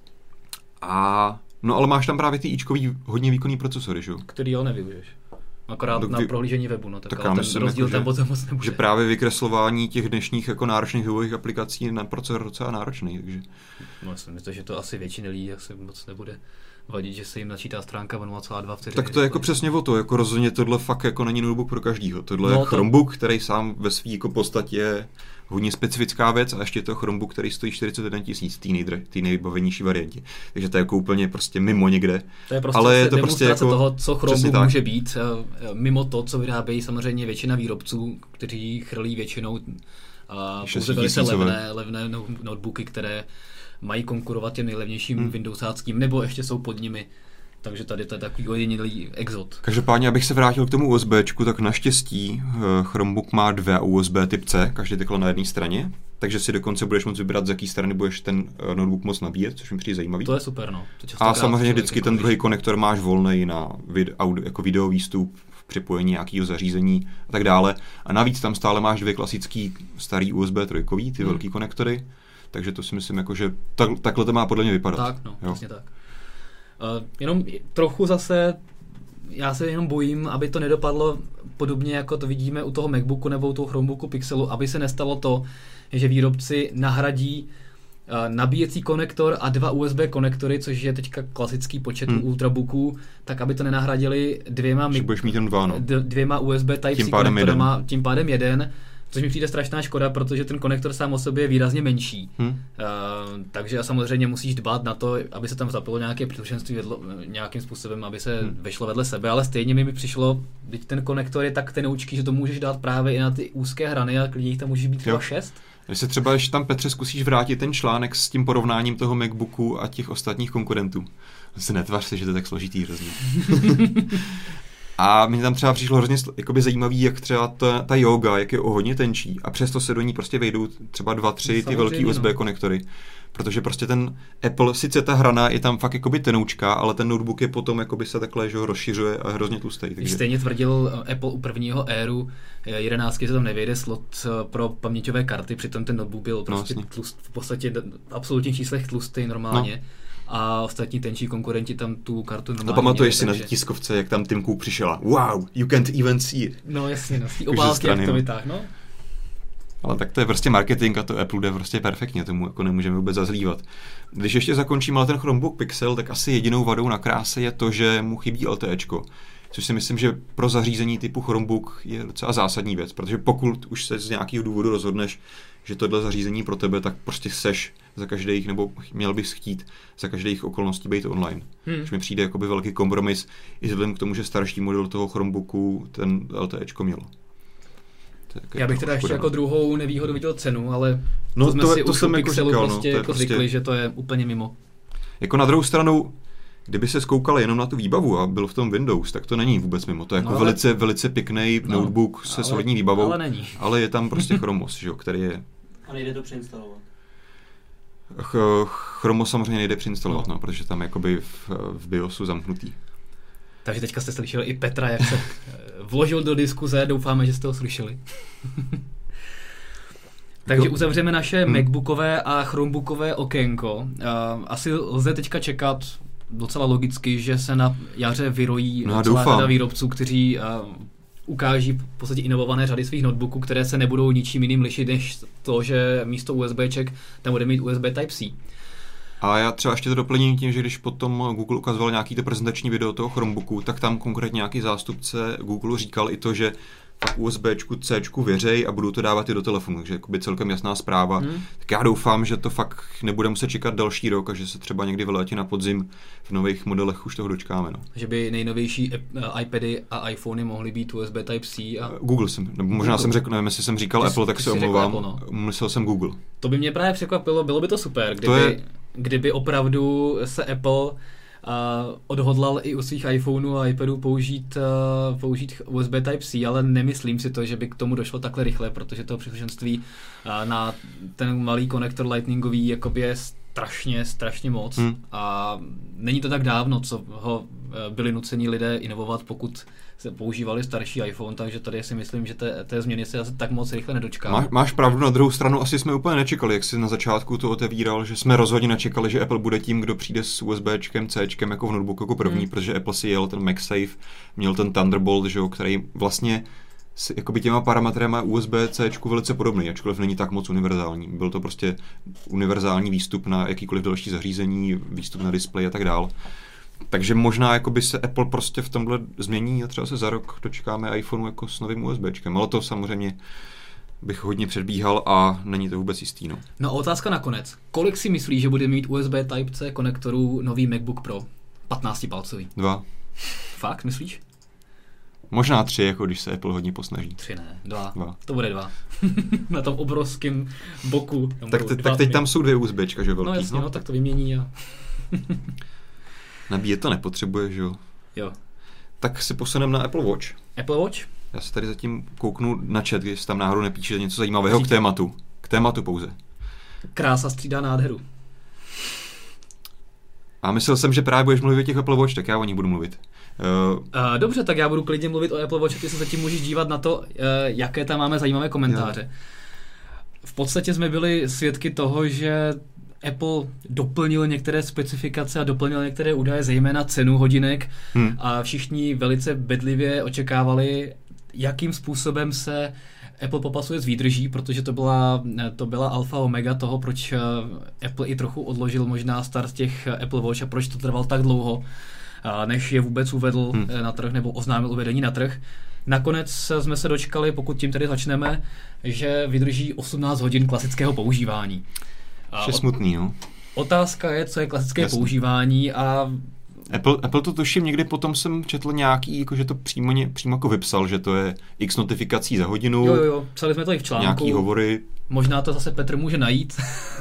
A: A, no ale máš tam právě ty ičkový hodně výkonný procesory, že jo?
B: Který jo nevyužiješ. Akorát
A: no,
B: na
A: vy...
B: prohlížení webu, no tak,
A: tak
B: ale ten
A: myslím,
B: rozdíl
A: jako,
B: tam
A: že,
B: potom moc nebude.
A: Že právě vykreslování těch dnešních jako náročných webových aplikací na procesor docela náročný, takže...
B: No já si myslím, že to asi většině lidí asi moc nebude vadit, že se jim načítá stránka o nula celá dva vteřiny.
A: Tak to je jako přesně o to, jako rozhodně tohle fakt jako není notebook pro každýho. Tohle no, je Chromebook, to... který sám ve svý jako podstatě je hodně specifická věc a ještě je to Chromebook, který stojí čtyřicet jedna tisíc v té nejbavenější variantě. Takže to je jako úplně prostě mimo někde.
B: To je prostě,
A: ale je to prostě jako
B: toho, co Chromebook může být, mimo to, co vyrábějí samozřejmě většina výrobců, kteří chrlí většinou a pouze velice levné, levné notebooky, které mají konkurovat těm nejlevnějším hmm. Windowsáckým, nebo ještě jsou pod nimi. Takže tady to je takový ojedinělý exot.
A: Každopádně, abych se vrátil k tomu USBčku, tak naštěstí Chromebook má dvě U S B typ C, každý takhle na jedné straně, takže si dokonce budeš moct vybrat, z jaký strany budeš ten notebook moc nabíjet, což mi přijde zajímavý.
B: To je super, no. To
A: a samozřejmě vždycky ten druhý konektor máš volný na vid, audio, jako video výstup, připojení nějakého zařízení a tak dále. A navíc tam stále máš dvě klasický starý U S B trojkový, ty hmm. velký konektory, takže to si myslím, jako, že tak, takhle to má podle mě vypadat.
B: Tak, no, přesně tak. Uh, jenom trochu zase, já se jenom bojím, aby to nedopadlo podobně, jako to vidíme u toho MacBooku nebo u toho Chromebooku Pixelu, aby se nestalo to, že výrobci nahradí uh, nabíjecí konektor a dva U S B konektory, což je teďka klasický počet hmm. ultrabooků, tak aby to nenahradili dvěma,
A: mi- budeš mít jen dva, no.
B: dvěma U S B Type-C konektorama, tím pádem jeden. Což mi přijde strašná škoda, protože ten konektor sám o sobě je výrazně menší. Hmm. Uh, takže samozřejmě musíš dbát na to, aby se tam zapilo nějaké příslušenství vedlo, nějakým způsobem, aby se hmm. vešlo vedle sebe, ale stejně mi přišlo, teď ten konektor je tak tenoučký, že to můžeš dát právě i na ty úzké hrany a klidně jich tam může být třeba šest.
A: Když se třeba ještě tam, Petře, zkusíš vrátit ten článek s tím porovnáním toho MacBooku a těch ostatních konkurentů. Se netvař se, že to je tak složitý hrozně. A mně tam třeba přišlo hrozně jakoby zajímavý, jak třeba ta, ta yoga, jak je o hodně tenčí a přesto se do ní prostě vejdou třeba dva, tři ty velký U S B no. konektory. Protože prostě ten Apple, sice ta hrana je tam fakt jakoby tenoučká, ale ten notebook je potom jakoby se takhle, že ho rozšiřuje a hrozně tlustý. Takže...
B: Stejně tvrdil Apple u prvního Airu jedenáct, že tam nevejde slot pro paměťové karty, přitom ten notebook byl prostě no, tlust, v podstatě v absolutních číslech tlustý normálně. No. A ostatní tenčí konkurenti tam tu kartu normálně.
A: No pamatuješ si takže... na tiskovce, jak tam Tim Cook přišla. Wow, you can't even see it.
B: No jasně, no, z té obálky, jak to vytáhne, no.
A: Ale tak to je prostě marketing a to Apple jde prostě perfektně, tomu jako nemůžeme vůbec zazlívat. Když ještě zakončím ale ten Chromebook Pixel, tak asi jedinou vadou na kráse je to, že mu chybí LTEčko. Což si myslím, že pro zařízení typu Chromebook je docela zásadní věc, protože pokud už se z nějakého důvodu rozhodneš, že tohle zařízení pro tebe, tak prostě seš za každých, nebo měl bys chtít za každých okolností být online. Hmm. Což mi přijde jakoby velký kompromis, i vzhledem k tomu, že starší model toho Chromebooku ten LTEčko měl.
B: Já bych teda ještě jako druhou nevýhodu viděl cenu, ale
A: no
B: to jsme
A: to,
B: si
A: to
B: už
A: jsem
B: u
A: jako
B: Pixelu
A: říkal,
B: prostě,
A: no,
B: jako
A: prostě
B: zvykli, že to je úplně mimo.
A: Jako na druhou stranu, kdyby se zkoukal jenom na tu výbavu a byl v tom Windows, tak to není vůbec mimo. To je jako no, ale... velice, velice pěkný no, notebook se ale, solidní výbavou,
B: ale, není.
A: ale je tam prostě Chromos, že jo, který je...
C: A nejde to přeinstalovat.
A: Ch- Chromos samozřejmě nejde přeinstalovat, no. no, protože tam je jakoby v, v BIOSu zamknutý.
B: Takže teďka jste slyšeli i Petra, jak se vložil do diskuze, doufáme, že jste ho slyšeli. Takže uzavřeme naše hmm. MacBookové a Chromebookové okénko. Asi lze teďka čekat docela logicky, že se na jaře vyrojí no, celá řada výrobců, kteří ukáží v podstatě inovované řady svých notebooků, které se nebudou ničím jiným lišit, než to, že místo USBček tam bude mít U S B Type-C.
A: A já třeba ještě to doplním tím, že když potom Google ukazoval nějaký to prezentační video toho Chromebooku, tak tam konkrétně nějaký zástupce Google říkal i to, že tak USBčku, Cčku věřej a budou to dávat i do telefonu, takže jakoby celkem jasná zpráva. Hmm. Tak já doufám, že to fakt nebude muset čekat další rok a že se třeba někdy v létě na podzim v nových modelech už toho dočkáme. No. Že
B: by nejnovější iPady a iPhony mohly být U S B Type-C a...
A: Google jsem, nebo možná Google. jsem řekl, nevím, jestli jsem říkal ty Apple, tak se omlouvám. Apple, no. Myslel jsem Google.
B: To by mě právě překvapilo, bylo by to super, kdyby, to je... kdyby opravdu se Apple Uh, odhodlal i u svých iPhoneů a iPadů použít, uh, použít U S B Type-C, ale nemyslím si to, že by k tomu došlo takhle rychle, protože to příslušenství uh, na ten malý konektor lightningový jakoby je strašně, strašně moc hmm. a není to tak dávno, co ho uh, byli nuceni lidé inovovat, pokud se používali starší iPhone, takže tady si myslím, že té, té změny se asi tak moc rychle nedočká.
A: Má, máš pravdu, na druhou stranu asi jsme úplně nečekali, jak jsi na začátku to otevíral, že jsme rozhodně nečekali, že Apple bude tím, kdo přijde s USBčkem, Cčkem jako v notebooku jako první, hmm. protože Apple si jel ten MagSafe, měl ten Thunderbolt, že jo, který vlastně s jakoby těma parametry má U S B Cčku velice podobný, ačkoliv není tak moc univerzální. Byl to prostě univerzální výstup na jakýkoliv další zařízení, výstup na displej a tak dál. Takže možná jakoby se Apple prostě v tomhle změní a třeba se za rok dočkáme iPhoneu jako s novým USBčkem, ale to samozřejmě bych hodně předbíhal a není to vůbec jistý. No,
B: no otázka nakonec. Kolik si myslíš, že bude mít U S B Type-C konektorů nový MacBook Pro? patnáctipalcový.
A: Dva.
B: Fakt, myslíš?
A: Možná tři, jako když se Apple hodně posnaží.
B: Tři ne, dva. dva. To bude dva. Na tom obrovském boku.
A: Tak, te, tak teď tam jsou dvě USBčka, že velký.
B: No jasně, no, no tak to vymění a...
A: Nabíjet to nepotřebuje, že jo?
B: Jo.
A: Tak si posuneme na Apple Watch.
B: Apple Watch?
A: Já se tady zatím kouknu na chat, když tam náhodou nepíše něco zajímavého Řík. k tématu. K tématu pouze.
B: Krása střídá nádheru.
A: A myslel jsem, že právě budeš mluvit o těch Apple Watch, tak já o nich budu mluvit.
B: Uh, uh, dobře, tak já budu klidně mluvit o Apple Watch, ty se zatím můžeš dívat na to, uh, jaké tam máme zajímavé komentáře. Jo. V podstatě jsme byli svědky toho, že Apple doplnil některé specifikace a doplnil některé údaje, zejména cenu hodinek hmm. a všichni velice bedlivě očekávali, jakým způsobem se Apple popasuje s výdrží, protože to byla, to byla alfa omega toho, proč Apple i trochu odložil možná start těch Apple Watch a proč to trval tak dlouho, než je vůbec uvedl hmm. na trh nebo oznámil uvedení na trh. Nakonec jsme se dočkali, pokud tím tedy začneme, že vydrží osmnáct hodin klasického používání.
A: Je smutný, jo.
B: Otázka je, co je klasické Jasný. používání a...
A: Apple, Apple to tuším, někdy potom jsem četl nějaký, jako, že to přímo, přímo jako vypsal, že to je x notifikací za hodinu.
B: Jo, jo, jo, psali jsme to i v článku.
A: Nějaký hovory.
B: Možná to zase Petr může najít,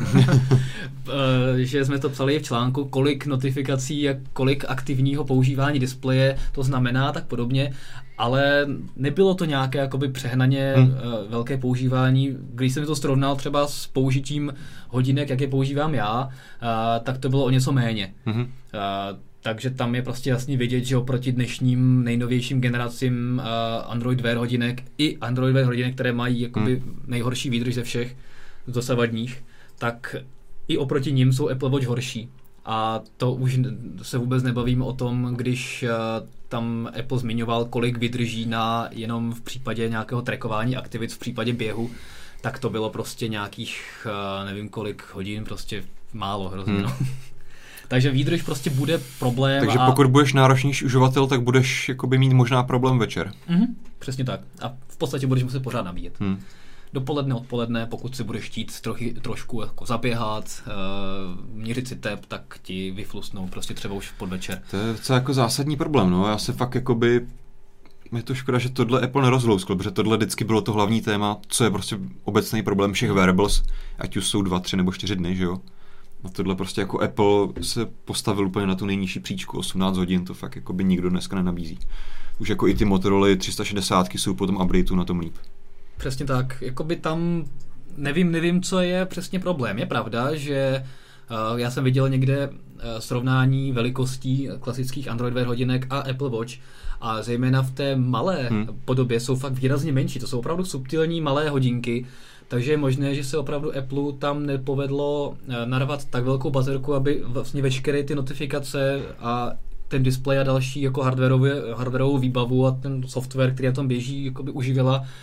B: že jsme to psali i v článku, kolik notifikací a kolik aktivního používání displeje to znamená, tak podobně, ale nebylo to nějaké jakoby přehnaně hmm. velké používání. Když jsem to srovnal třeba s použitím hodinek, jak je používám já, tak to bylo o něco méně. Hmm. Takže tam je prostě jasně vidět, že oproti dnešním nejnovějším generacím uh, Android Wear hodinek i Android Wear hodinek, které mají jakoby hmm. nejhorší výdrž ze všech z dosavadních, tak i oproti nim jsou Apple Watch horší. A to už se vůbec nebavím o tom, když uh, tam Apple zmiňoval, kolik vydrží na jenom v případě nějakého trackování aktivit, v případě běhu, tak to bylo prostě nějakých, uh, nevím kolik hodin, prostě málo hrozně. Hmm. No. Takže výdrž prostě bude problém.
A: Takže a... pokud budeš náročnější uživatel, tak budeš jakoby mít možná problém večer.
B: Mm-hmm, přesně tak. A v podstatě budeš muset pořád nabíjet. Hmm. Dopoledne, odpoledne, pokud si budeš chtít trochy, trošku jako zaběhat, uh, měřit si tep, tak ti vyflusnou prostě třeba už v podvečer.
A: To je docela jako zásadní problém, no. Já se fakt jakoby... Je to škoda, že tohle Apple nerozlouskl, protože tohle vždycky bylo to hlavní téma, co je prostě obecný problém všech wearables, ať už jsou dva, tři nebo čtyři dny, že jo. A tohle prostě jako Apple se postavil úplně na tu nejnižší příčku, osmnáct hodin, to fakt jako by nikdo dneska nenabízí. Už jako i ty Motorola tři sta šedesát jsou po tom updateu na tom líp.
B: Přesně tak, jakoby tam nevím, nevím, co je přesně problém. Je pravda, že uh, já jsem viděl někde uh, srovnání velikostí klasických Android Wear hodinek a Apple Watch a zejména v té malé hmm. podobě jsou fakt výrazně menší. To jsou opravdu subtilní malé hodinky, takže je možné, že se opravdu Apple tam nepovedlo narvat tak velkou bazerku, aby vlastně veškeré ty notifikace a ten displej a další jako hardwareovou výbavu a ten software, který na tom běží, jakoby uživila,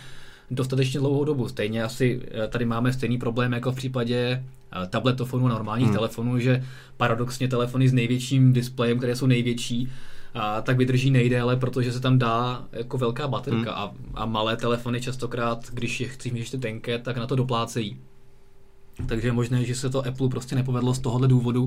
B: dostatečně dlouhou dobu. Stejně asi tady máme stejný problém jako v případě tabletofonů, normálních hmm. telefonů, že paradoxně telefony s největším displejem, které jsou největší, a tak vydrží nejdéle, protože se tam dá jako velká baterka hmm. a, a malé telefony častokrát, když je chceš mít ještě tenké, tak na to doplácejí. Takže je možné, že se to Apple prostě nepovedlo z tohohle důvodu.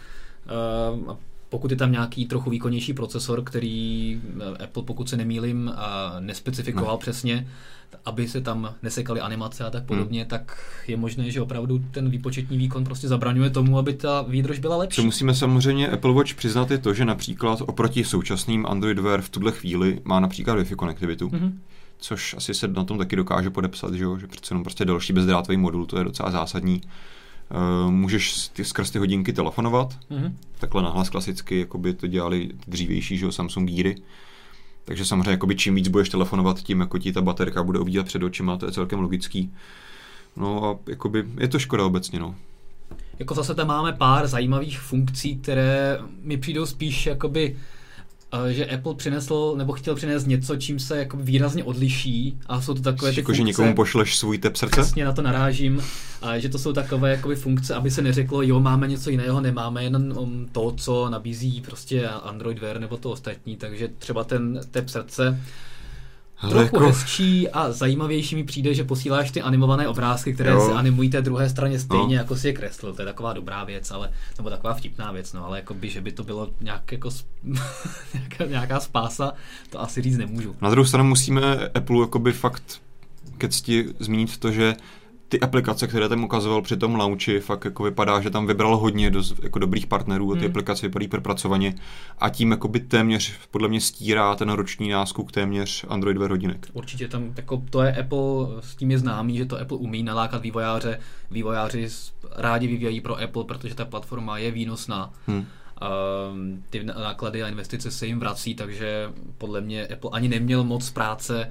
B: Uh, pokud je tam nějaký trochu výkonnější procesor, který Apple, pokud se nemýlím, uh, nespecifikoval no. přesně, aby se tam nesekaly animace a tak podobně, hmm. tak je možné, že opravdu ten výpočetní výkon prostě zabraňuje tomu, aby ta výdrž byla lepší.
A: Co musíme samozřejmě Apple Watch přiznat je to, že například oproti současným Android Wear v tuhle chvíli má například Wi-Fi konektivitu. Hmm. Což asi se na tom taky dokáže podepsat, že, že přece jenom prostě další bezdrátový modul, to je docela zásadní. Uh, můžeš ty, skrz ty hodinky telefonovat, mm-hmm. takhle nahlas klasicky, jakoby to dělali dřívější, že, Samsung Geary. Takže samozřejmě jakoby, čím víc budeš telefonovat, tím jako ti ta baterka bude obíhat před očima, to je celkem logický. No a jakoby, je to škoda obecně, no.
B: Jako zase tam máme pár zajímavých funkcí, které mi přijdou spíš jakoby, že Apple přinesl nebo chtěl přinést něco, čím se jako výrazně odliší, a jsou to takové ty
A: jako,
B: funkce,
A: že někomu pošleš svůj tep srdce?
B: Přesně na to narážím, a že to jsou takové jakoby funkce, aby se neřeklo, jo, máme něco jiného, nemáme jenom to, co nabízí prostě Android Wear nebo to ostatní, takže třeba ten tep srdce ale trochu jako hezčí a zajímavější mi přijde, že posíláš ty animované obrázky, které jo. se animují té druhé straně stejně, no. jako si je kreslil. To je taková dobrá věc, ale nebo taková vtipná věc, no, ale jakoby, že by to bylo nějak jako nějaká, nějaká spása, to asi říct nemůžu.
A: Na druhou stranu musíme Apple jakoby fakt ke cti zmínit to, že ty aplikace, které tam ukazoval při tom launchi, fakt jako vypadá, že tam vybral hodně do, jako dobrých partnerů a ty hmm. aplikace vypadají propracovaně a tím jakoby téměř podle mě stírá ten roční náskok téměř Android Wear hodinek.
B: Určitě tam jako to je Apple, s tím je známý, že to Apple umí nalákat vývojáře. Vývojáři rádi vyvíjají pro Apple, protože ta platforma je výnosná. Hmm. Um, ty náklady a investice se jim vrací, takže podle mě Apple ani neměl moc práce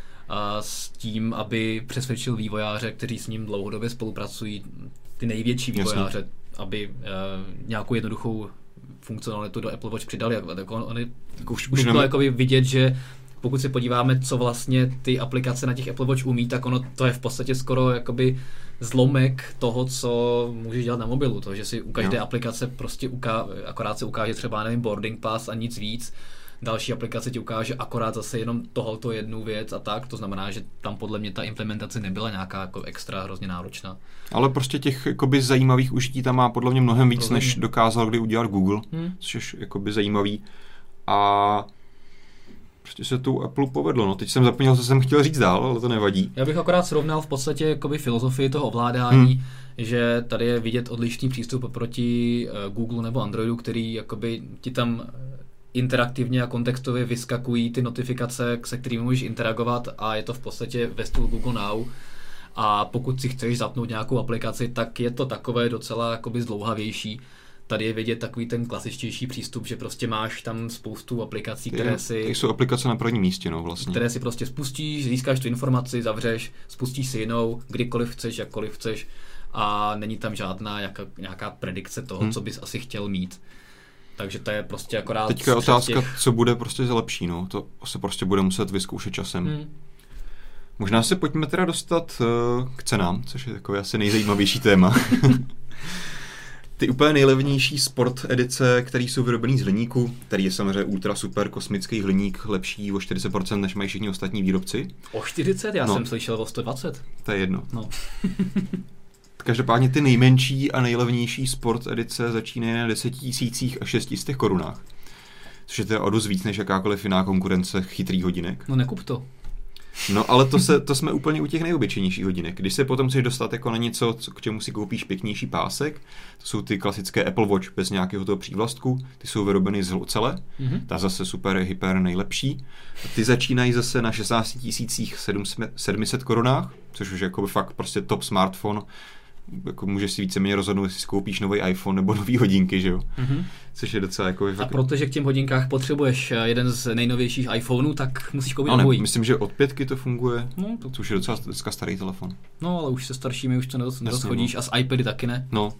B: a s tím, aby přesvědčil vývojáře, kteří s ním dlouhodobě spolupracují, ty největší vývojáře, Jasně. aby uh, nějakou jednoduchou funkcionalitu do Apple Watch přidali. Jako oni, jako už už bylo jakoby vidět, že pokud se podíváme, co vlastně ty aplikace na těch Apple Watch umí, tak ono to je v podstatě skoro jakoby zlomek toho, co můžeš dělat na mobilu. To, že si u každé jo. aplikace prostě uká, akorát se ukáže třeba, nevím, boarding pass a nic víc. Další aplikace ti ukáže akorát zase jenom tohoto jednu věc a tak, to znamená, že tam podle mě ta implementace nebyla nějaká jako extra hrozně náročná. Ale
A: prostě těch jakoby zajímavých užití tam má podle mě mnohem víc, Rozumím. než dokázal kdy udělat Google, hmm. což je jakoby zajímavý. A prostě se tu Apple povedlo. No, teď jsem zapomněl, co jsem chtěl říct dál, ale to nevadí.
B: Já bych akorát srovnal v podstatě jakoby filozofii toho ovládání, hmm. že tady je vidět odlišný přístup proti Google nebo Androidu, který jakoby ti tam interaktivně a kontextově vyskakují ty notifikace, se kterými můžeš interagovat, a je to v podstatě ve stylu Google Now. A pokud si chceš zapnout nějakou aplikaci, tak je to takové docela jakoby zdlouhavější. Tady je vidět takový ten klasičtější přístup, že prostě máš tam spoustu aplikací, ty, které si...
A: Ty jsou aplikace na prvním místě, no vlastně.
B: Které si prostě spustíš, získáš tu informaci, zavřeš, spustíš si jinou, kdykoliv chceš, jakkoliv chceš, a není tam žádná nějaká, nějaká predikce toho, hmm. co bys asi chtěl mít. Takže to je prostě akorát...
A: Teďka je otázka, těch... co bude prostě lepší, no. To se prostě bude muset vyzkoušet časem. Hmm. Možná se pojďme teda dostat uh, k cenám, což je takové asi nejzajímavější téma. Ty úplně nejlevnější sport edice, které jsou vyrobený z hliníku, který je samozřejmě ultra super kosmický hliník, lepší o čtyřicet procent, než mají všichni ostatní výrobci.
B: O čtyřicet? Já no. jsem slyšel o sto dvacet.
A: To je jedno.
B: No.
A: Každopádně ty nejmenší a nejlevnější sport edice začínají na deset tisících a šest set korunách. Což je teda o dost víc než jakákoliv jiná konkurence chytrých hodinek.
B: No nekup to.
A: No ale to, se, to jsme úplně u těch nejobyčejnějších hodinek. Když se potom chceš dostat jako na něco, co, k čemu si koupíš pěknější pásek, to jsou ty klasické Apple Watch bez nějakého toho přívlastku, ty jsou vyrobeny z ocele, mm-hmm. ta zase super, hyper nejlepší. A ty začínají zase na šestnáct tisíc sedm set korunách, což už je jako fakt prostě top smartphone. Jako můžeš si víceméně rozhodnout, jestli si koupíš nový iPhone nebo nový hodinky, že jo? Mm-hmm. Což je docela jako...
B: A fakt... protože k těm hodinkách potřebuješ jeden z nejnovějších iPhoneů, tak musíš koupit nový.
A: Ne, myslím, že od pětky to funguje, no, to... což je docela dneska starý telefon.
B: No, ale už se staršími už to nerozchodíš, no. A s iPady taky ne.
A: No.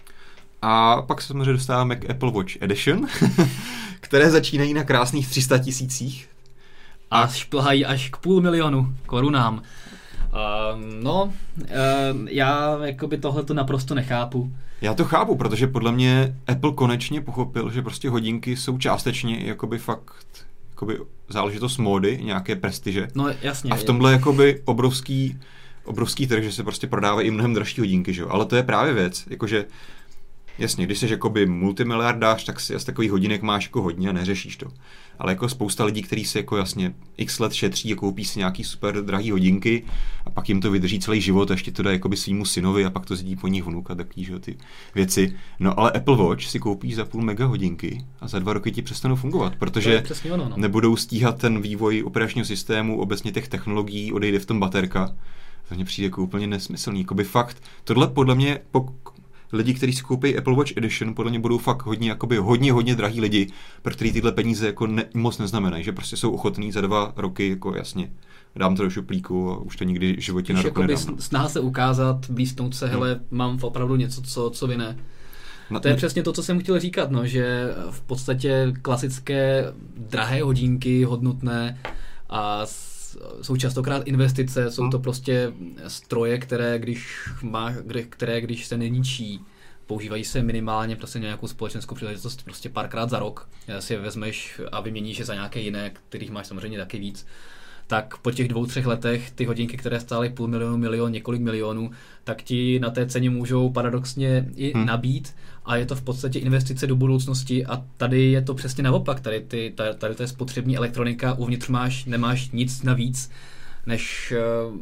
A: A pak se samozřejmě dostáváme k Apple Watch Edition, které začínají na krásných tři sta tisících.
B: A šplhají až k půl milionu korunám. Uh, no, uh, já jakoby tohleto naprosto nechápu.
A: Já to chápu, protože podle mě Apple konečně pochopil, že prostě hodinky jsou částečně jakoby fakt jakoby záležitost módy, nějaké prestiže.
B: No jasně.
A: A v tomhle jakoby obrovský, obrovský trh, že se prostě prodávají i mnohem dražší hodinky, že jo. Ale to je právě věc, jakože jasně, když jsi jakoby multimiliardář, tak si z takových hodinek máš jako hodně a neřešíš to. Ale jako spousta lidí, kteří si jako jasně x let šetří a koupí si nějaký super drahý hodinky a pak jim to vydrží celý život a ještě to dá jakoby svýmu synovi a pak to zjedí po nich vnuk a takový, že ty věci. No ale Apple Watch si koupíš za půl mega hodinky a za dva roky ti přestanou fungovat, protože
B: ono, no.
A: nebudou stíhat ten vývoj operačního systému, obecně těch technologií, odejde v tom baterka. To mně přijde jako úplně nesmyslný. Jakoby fakt, tohle podle mě pok- lidi, kteří si koupí Apple Watch Edition, podle mě budou fakt hodně, jakoby hodně, hodně drahý lidi, pro který tyhle peníze jako ne, moc neznamenají, že prostě jsou ochotní za dva roky, jako jasně, dám to do šuplíku a už to nikdy v životě na rok nedám.
B: Snaha se ukázat, blíznout se, hmm. hele, mám opravdu něco, co, co vy ne. No, to je ne... přesně to, co jsem chtěl říkat, no, že v podstatě klasické drahé hodinky, hodnotné a jsou častokrát investice, jsou to prostě stroje, které když, má, které, když se neničí, používají se minimálně prostě nějakou společenskou příležitost prostě párkrát za rok, si je vezmeš a vyměníš je za nějaké jiné, kterých máš samozřejmě taky víc, tak po těch dvou, třech letech ty hodinky, které stály půl milionu, milion, několik milionů, tak ti na té ceně můžou paradoxně i hmm. nabít a je to v podstatě investice do budoucnosti a tady je to přesně naopak, tady, ty, tady, tady to je spotřební elektronika, uvnitř máš, nemáš nic navíc, než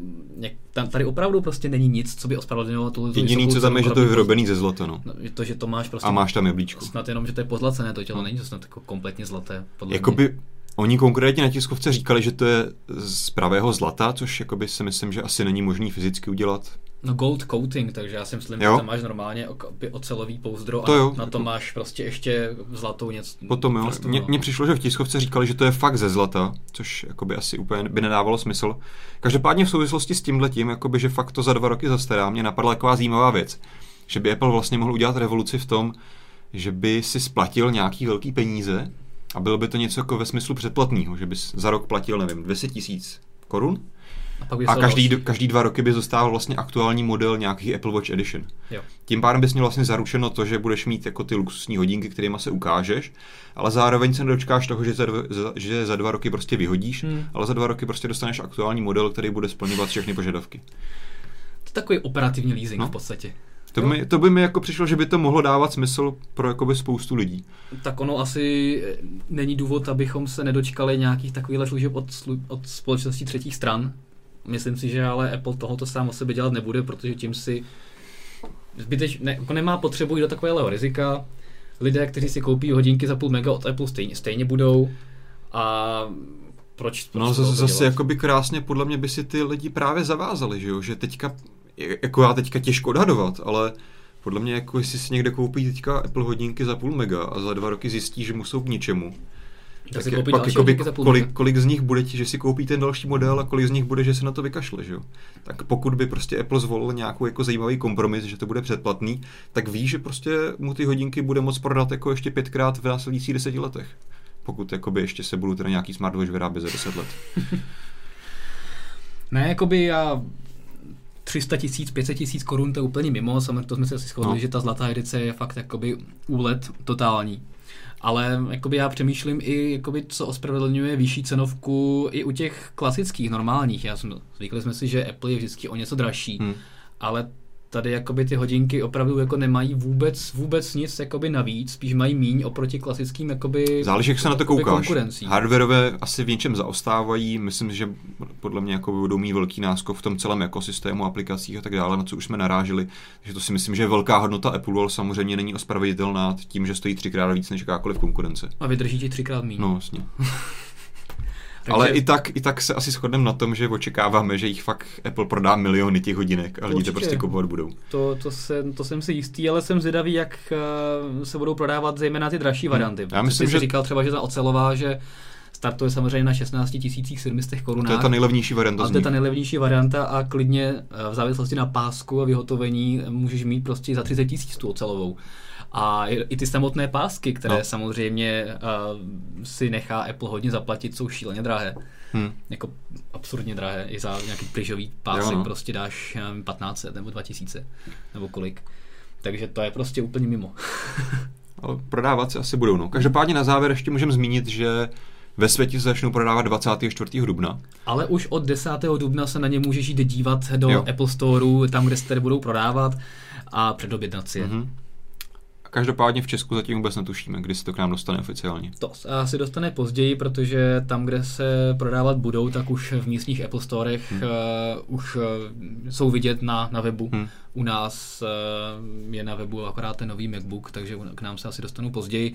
B: uh, tady opravdu prostě není nic, co by ospravedlnilo tu
A: jediný, co tam je, že to je vyrobený ze zlata, no.
B: no. To, že to máš prostě...
A: A máš tam jablíčko.
B: Snad jenom, že to je pozlacené, to tělo no. není to snad jako kompletně zlaté, podle
A: Jakoby
B: mě.
A: Oni konkrétně na tiskovce říkali, že to je z pravého zlata, což jakoby si myslím, že asi není možný fyzicky udělat.
B: No gold coating, takže já si myslím, jo. že tam máš normálně ocelový pouzdro
A: to
B: a
A: jo,
B: na to
A: jako...
B: máš prostě ještě zlatou něco.
A: Potom jo, mně přišlo, že v tiskovce říkali, že to je fakt ze zlata, což jakoby asi úplně by nedávalo smysl. Každopádně v souvislosti s tímhletím, jakoby, že fakt to za dva roky zastará, mě napadla taková zajímavá věc, že by Apple vlastně mohl udělat revoluci v tom, že by si splatil nějaký velký peníze a bylo by to něco jako ve smyslu předplatného, že bys za rok platil, nevím, dvě stě tisíc korun a, a každý, každý dva roky by zůstával vlastně aktuální model nějaký Apple Watch Edition.
B: Jo.
A: Tím pádem bys měl vlastně zaručeno to, že budeš mít jako ty luxusní hodinky, kterýma se ukážeš, ale zároveň se nedočkáš toho, že za, dva, za, že za dva roky prostě vyhodíš, hmm. ale za dva roky prostě dostaneš aktuální model, který bude splňovat všechny požadavky.
B: To je takový operativní leasing no. v podstatě.
A: To by, mi, to by mi jako přišlo, že by to mohlo dávat smysl pro jakoby spoustu lidí.
B: Tak ono asi není důvod, abychom se nedočkali nějakých takových služeb od, od společností třetích stran. Myslím si, že ale Apple tohoto sám o sobě dělat nebude, protože tím si zbyteč, ne, jako nemá potřebu jít do takového rizika. Lidé, kteří si koupí hodinky za půl mega od Apple, stejně, stejně budou. A proč? proč
A: no zase, zase jakoby krásně podle mě by si ty lidi právě zavázali, že jo? Že teďka jako já teďka těžko odhadovat, ale podle mě, jako jestli si někde koupí teďka Apple hodinky za půl mega a za dva roky zjistí, že mu jsou k ničemu, tak, tak je, pak jakoby, kolik, kolik z nich bude ti, že si koupí ten další model a kolik z nich bude, že se na to vykašle, že jo? Tak pokud by prostě Apple zvolil nějakou jako zajímavý kompromis, že to bude předplatný, tak ví, že prostě mu ty hodinky bude moc prodat jako ještě pětkrát v následujících deseti letech. Pokud jakoby ještě se budou teda nějaký smartwatch vyrábět za deset let.
B: Ne, jakoby já tři sta tisíc, pět set tisíc korun, to je úplně mimo, samozřejmě to jsme si asi shodli, no. že ta zlatá edice je fakt jakoby úlet totální. Ale jakoby já přemýšlím i, jakoby, co ospravedlňuje vyšší cenovku i u těch klasických, normálních. Já jsem, zvykli jsme si, že Apple je vždycky o něco dražší, hmm. ale tady jakoby ty hodinky opravdu jako nemají vůbec, vůbec nic jakoby navíc, spíš mají míň oproti klasickým jakoby
A: záleží, jak se na to koukáš. Hardwareové asi v něčem zaostávají, myslím, že podle mě jako budou mít velký náskok v tom celém ekosystému aplikacích a tak dále, na co už jsme narážili. Takže to si myslím, že je velká hodnota Apple, ale samozřejmě není ospravedlnitelná tím, že stojí třikrát víc než jakákoliv konkurence.
B: A vydrží ti třikrát míň.
A: No, jasně. Takže... Ale i tak, i tak se asi shodneme na tom, že očekáváme, že jich fakt Apple prodá miliony těch hodinek a lidi to prostě kupovat budou.
B: To, to, se, to jsem si jistý, ale jsem zvědavý, jak uh, se budou prodávat zejména ty dražší varianty. Hmm. Já myslím, že říkal třeba, že ta ocelová, že startuje samozřejmě na šestnáct tisíc sedm set korunách.
A: To je ta nejlevnější varianta.
B: A to je ta nejlevnější varianta a klidně v závislosti na pásku a vyhotovení můžeš mít prostě za třicet tisíc tu ocelovou. A i ty samotné pásky, které no. samozřejmě uh, si nechá Apple hodně zaplatit, jsou šíleně drahé. Hmm. Jako absurdně drahé. I za nějaký plyžový pásek no. prostě dáš nevím, patnáct set nebo dva tisíce nebo kolik. Takže to je prostě úplně mimo.
A: Ale prodávat se asi budou. No. Každopádně na závěr ještě můžeme zmínit, že ve světě se začnou prodávat dvacátého čtvrtého dubna.
B: Ale už od desátého dubna se na ně můžeš jít dívat do jo. Apple Storeu, tam, kde se tady budou prodávat a předobjednat si je. Mm-hmm.
A: Každopádně v Česku zatím vůbec netušíme, kdy se to k nám dostane oficiálně.
B: To asi dostane později, protože tam, kde se prodávat budou, tak už v místních Apple Storech hmm. uh, už uh, jsou vidět na, na webu. Hmm. U nás uh, je na webu akorát ten nový MacBook, takže k nám se asi dostanou později.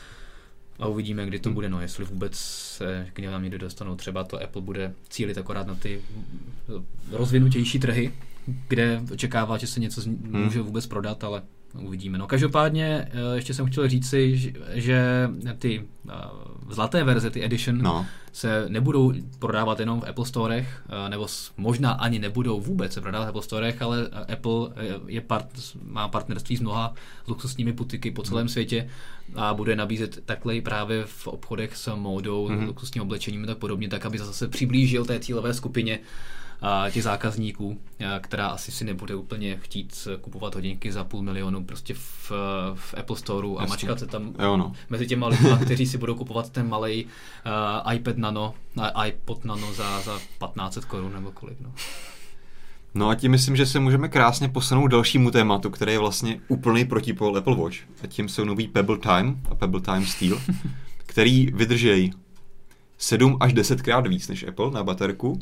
B: A uvidíme, kdy to hmm. bude, no, jestli vůbec se k nám někdy dostanou. Třeba to Apple bude cílit akorát na ty rozvinutější trhy, kde očekává, že se něco hmm. může vůbec prodat, ale uvidíme. No každopádně ještě jsem chtěl říci, že ty zlaté verze, ty Edition, no. se nebudou prodávat jenom v Apple Storech, nebo možná ani nebudou vůbec se prodávat v Apple Storech, ale Apple je part, má partnerství s mnoha luxusními butiky po celém světě a bude nabízet takhle právě v obchodech s módou, mm-hmm. luxusním oblečením a tak podobně, tak aby zase přiblížil té cílové skupině a těch zákazníků, která asi si nebude úplně chtít kupovat hodinky za půl milionu prostě v, v Apple Storeu a mačkat se tam
A: jo, no.
B: mezi těma lidma, kteří si budou kupovat ten malej uh, iPad Nano, uh, iPod Nano za, za patnáct set korun nebo kolik. No.
A: No a tím myslím, že se můžeme krásně posunout dalšímu tématu, který je vlastně úplný protipol Apple Watch. A tím jsou nový Pebble Time a Pebble Time Steel, který vydržejí sedm až deset krát víc než Apple na baterku.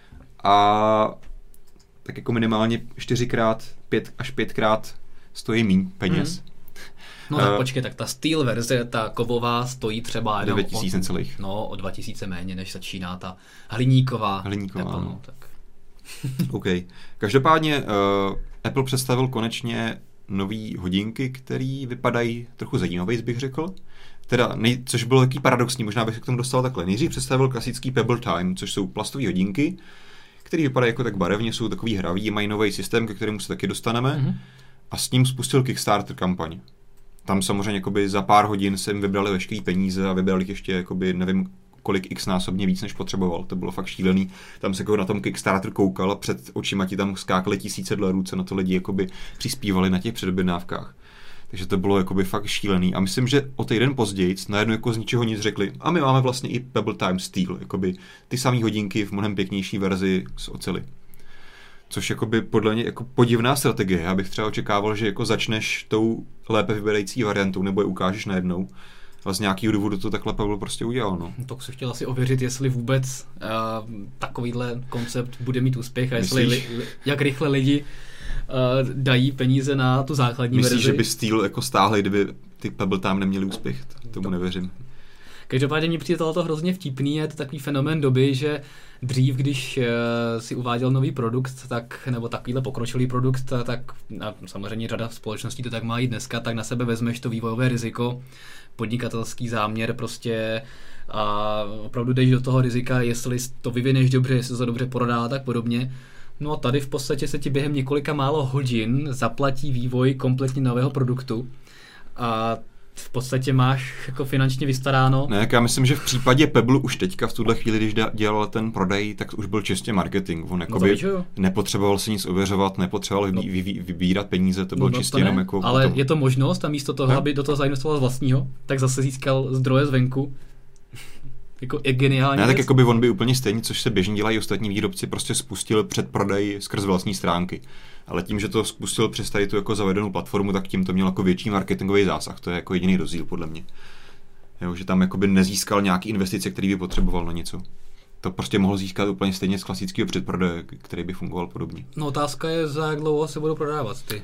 A: A tak jako minimálně čtyřikrát, pět až pětkrát stojí míň peněz. Hmm.
B: No tak uh, počkej, tak ta Steel verze, ta kovová, stojí třeba jenom
A: devět tisíc necelých.
B: No, o dva tisíce méně, než začíná ta hliníková.
A: Hliníková,
B: Apple,
A: no.
B: no, tak.
A: OK. Každopádně uh, Apple představil konečně nový hodinky, které vypadají trochu zajímavě, bych řekl. Teda, nej, což bylo takový paradoxní, možná bych se k tomu dostal takhle. Nejdřív představil klasický Pebble Time, což jsou plastové hodinky, které vypadají jako tak barevně, jsou takový hravý, mají nový systém, ke kterému se taky dostaneme. Mm-hmm. A s ním spustil Kickstarter kampaň. Tam samozřejmě jakoby za pár hodin jsem vybrali veškerý peníze a vybral jich ještě jakoby, nevím, kolik x násobně víc, než potřeboval. To bylo fakt šílený. Tam se jako na tom Kickstarter koukal a před očima ti tam skákaly tisíce dolarů, co na to lidi jakoby přispívali na těch předobjednávkách. Takže to bylo jakoby fakt šílený. A myslím, že o týden později najednou jako z ničeho nic řekli. A my máme vlastně i Pebble Time Steel, jakoby ty samé hodinky v mnohem pěknější verzi z oceli. Což jakoby podle mě jako podivná strategie. Já bych třeba očekával, že jako začneš tou lépe vybírající variantou nebo je ukážeš najednou. Ale z nějakého důvodu to takhle Pebble prostě udělal. No.
B: Tak se chtěl asi ověřit, jestli vůbec uh, takovýhle koncept bude mít úspěch a jestli li, li, jak rychle lidi uh, dají peníze na tu základní
A: Myslíš,
B: verzi.
A: Myslíš, že by Steel jako stáhli, kdyby ty Pebble tam neměli úspěch? Tomu nevěřím.
B: Každopádně mi přijde to hrozně vtipný, je to takový fenomén doby, že dřív, když uh, si uváděl nový produkt, tak, nebo takovýhle pokročilý produkt, tak a samozřejmě řada společností to tak má i dneska, tak na sebe vezmeš to vývojové riziko, podnikatelský záměr prostě a opravdu jdeš do toho rizika, jestli to vyvineš dobře, jestli to dobře prodá a tak podobně. No a tady v podstatě se ti během několika málo hodin zaplatí vývoj kompletně nového produktu a v podstatě máš jako finančně vystaráno.
A: Ne, já myslím, že v případě Pebble už teďka v tuhle chvíli, když dělal ten prodej, tak už byl čistě marketing. On jakoby no nepotřeboval si nic ověřovat, nepotřeboval no. vy, vy, vybírat peníze, to bylo no, čistě to jenom jako...
B: Ale
A: potom...
B: je to možnost a místo toho, ne? aby do toho zainvestoval z vlastního, tak zase získal zdroje zvenku. Jako je geniální.
A: Ne, tak jako by on by úplně stejně, což se běžně dělají ostatní výrobci, prostě spustil předprodej skrz vlastní stránky. Ale tím, že to spustil přes tady tu jako zavedenou platformu, tak tím to měl jako větší marketingový zásah. To je jako jediný rozdíl podle mě. Jo, že tam jako by nezískal nějaký investice, který by potřeboval na něco. To prostě mohl získat úplně stejně z klasického předprodeje, který by fungoval podobně.
B: No otázka je, za jak dlouho se budou prodávat ty.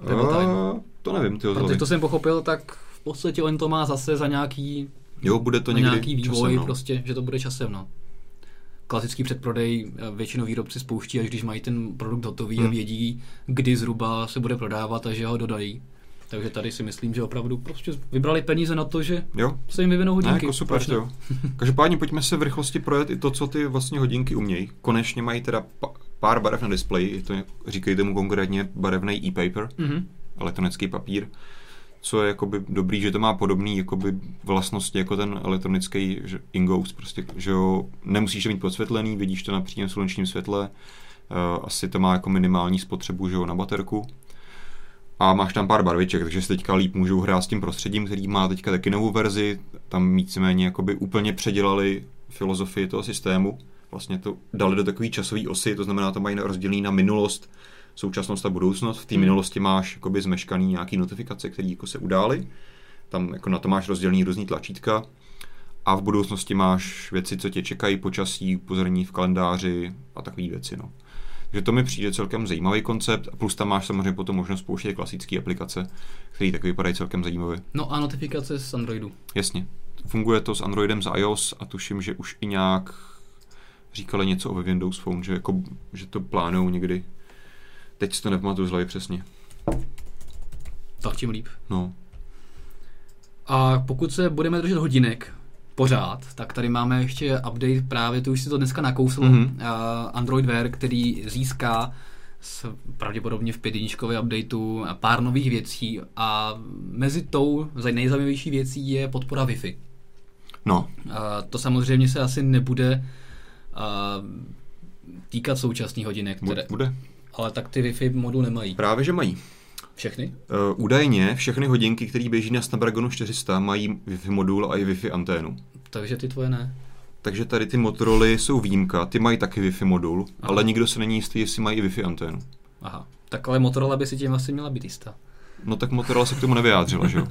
A: A, to nevím, ty
B: Protože to jsem pochopil, tak v podstatě on to má zase za nějaký
A: Jo, bude to někdy
B: nějaký vývoj,
A: časem, no.
B: prostě, že to bude časem, no. Klasický předprodej většinou výrobci spouští, až když mají ten produkt hotový hmm. a vědí, kdy zhruba se bude prodávat a že ho dodají. Takže tady si myslím, že opravdu prostě vybrali peníze na to, že
A: jo.
B: se jim vyvinou hodinky.
A: Ne, jako super, jo. Každopádně pojďme se v rychlosti projet i to, co ty vlastně hodinky umějí. Konečně mají teda pa- pár barev na displeji, to říkají tomu konkrétně barevný e-paper, mm-hmm. elektronický papír, co je jakoby dobrý, že to má podobný jakoby vlastnosti jako ten elektronický Ingous, prostě, že jo, nemusíš to mít podsvětlený, vidíš to na přímém slunečním světle, uh, asi to má jako minimální spotřebu, že jo, na baterku. A máš tam pár barviček, takže si teďka líp můžou hrát s tím prostředím, který má teďka taky novou verzi, tam víceméně jakoby úplně předělali filozofii toho systému, vlastně to dali do takové časové osy, to znamená, to mají rozdělený na minulost, současnost a budoucnost. V té minulosti máš jakoby zmeškaný nějaký notifikace, které jako se udály, tam jako na to máš rozdělený různý tlačítka a v budoucnosti máš věci, co tě čekají, počasí, upozornění v kalendáři a takové věci, no. Takže to mi přijde celkem zajímavý koncept a plus tam máš samozřejmě potom možnost pouštět klasické aplikace, které tak vypadají celkem zajímavě.
B: No a notifikace z Androidu.
A: Jasně. Funguje to s Androidem, z iOS a tuším, že už i nějak říkali něco o Windows Phone, že, jako, že to plánujou někdy. Teď si to nepamatuju z hlavy přesně.
B: Tak tím líp.
A: No.
B: A pokud se budeme držet hodinek pořád, tak tady máme ještě update právě, to už si to dneska nakousl, mm-hmm. uh, Android Wear, který získá s, pravděpodobně v pětiničkovém updateu pár nových věcí a mezi tou nejzajímavější věcí je podpora Wi-Fi.
A: No.
B: Uh, to samozřejmě se asi nebude uh, týkat současných hodinek, které,
A: bude.
B: Ale tak ty Wi-Fi modul nemají.
A: Právě, že mají.
B: Všechny?
A: Uh, údajně všechny hodinky, které běží na Snapdragonu čtyři sta, mají Wi-Fi modul a i Wi-Fi anténu.
B: Takže ty tvoje ne.
A: Takže tady ty Motorola jsou výjimka, ty mají taky Wi-Fi modul, aha. ale nikdo se není jistý, jestli mají i Wi-Fi anténu.
B: Aha, tak ale Motorola by si tím asi měla být jistá.
A: No tak Motorola se k tomu nevyjádřila, že jo?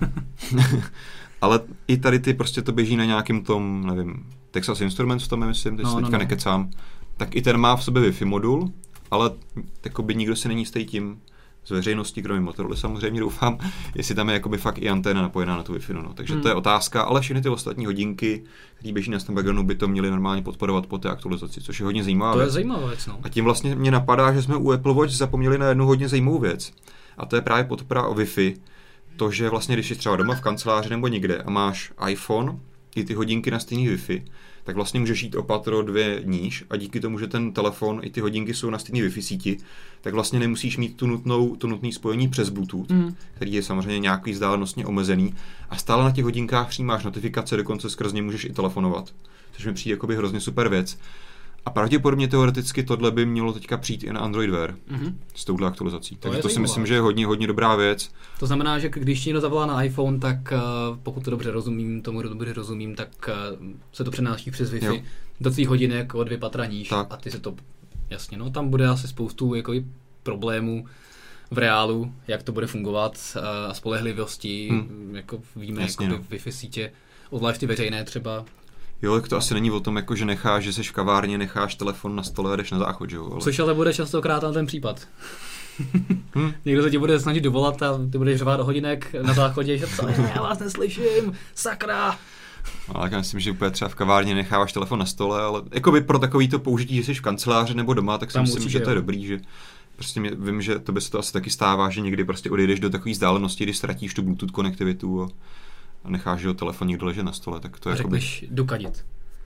A: Ale i tady ty prostě to běží na nějakým tom, nevím, Texas Instruments tam myslím, teď no, se teďka no, no. nekecám, tak i ten má v sobě Wi-Fi modul, ale takoby nikdo se není jistý tím, z veřejnosti, kromě Motorola samozřejmě doufám, jestli tam je jakoby fakt i anténa napojená na tu Wi-Fi. No. Takže hmm. to je otázka, ale všechny ty ostatní hodinky, které běží na Snapdragonu, by to měly normálně podporovat po té aktualizaci, což je hodně zajímavá
B: To
A: věc.
B: je zajímavá věc, no.
A: A tím vlastně mě napadá, že jsme u Apple Watch zapomněli na jednu hodně zajímavou věc. A to je právě podpora o Wi-Fi. To, že vlastně, když jsi třeba doma v kanceláři nebo někde a máš iPhone, i ty hodinky na stejný Wi-Fi, tak vlastně můžeš jít o patro dvě níž a díky tomu, že ten telefon i ty hodinky jsou na stejný Wi-Fi síti, tak vlastně nemusíš mít tu nutnou, tu nutný spojení přes Bluetooth, mm. který je samozřejmě nějaký vzdálenostně omezený a stále na těch hodinkách přijímáš notifikace, dokonce skrz ně můžeš i telefonovat, což mi přijde jakoby hrozně super věc. A pravděpodobně teoreticky tohle by mělo teďka přijít i na Android Wear mm-hmm. s touhle aktualizací. To Takže to si myslím, že je hodně, hodně dobrá věc.
B: To znamená, že když někdo zavolá na iPhone, tak uh, pokud to dobře rozumím, tomu dobře rozumím, tak uh, se to přenáší přes Wi-Fi jo. do tvých hodinek o dvě patra níž a ty se to, jasně, no tam bude asi spoustu jako problémů v reálu, jak to bude fungovat uh, a spolehlivosti, hmm. jako víme, jasně, jako no. Wi-Fi sítě, obzvlášť ty veřejné třeba.
A: Jo, tak to asi není o tom, jako, že necháš, že seš v kavárně, necháš telefon na stole a jdeš na záchod, jo? Ale...
B: Což ale bude častokrát na ten případ. hmm. Někdo se ti bude snažit dovolat a ty budeš řvát do hodinek na záchodě, že co, já vás neslyším, sakra!
A: Ale já myslím, že úplně třeba v kavárně necháváš telefon na stole, ale jakoby pro takovýto použití, že jsi v kanceláři nebo doma, tak si myslím, určitě, že to je jo. dobrý, že prostě mě, vím, že to by se to asi taky stává, že někdy prostě odejdeš do takové vzdálenosti, kdy ztratíš tu Bluetooth konektivitu a a necháš ho telefon někdo ležet na stole, tak to je jakoby...
B: Řekneš jdu kadit.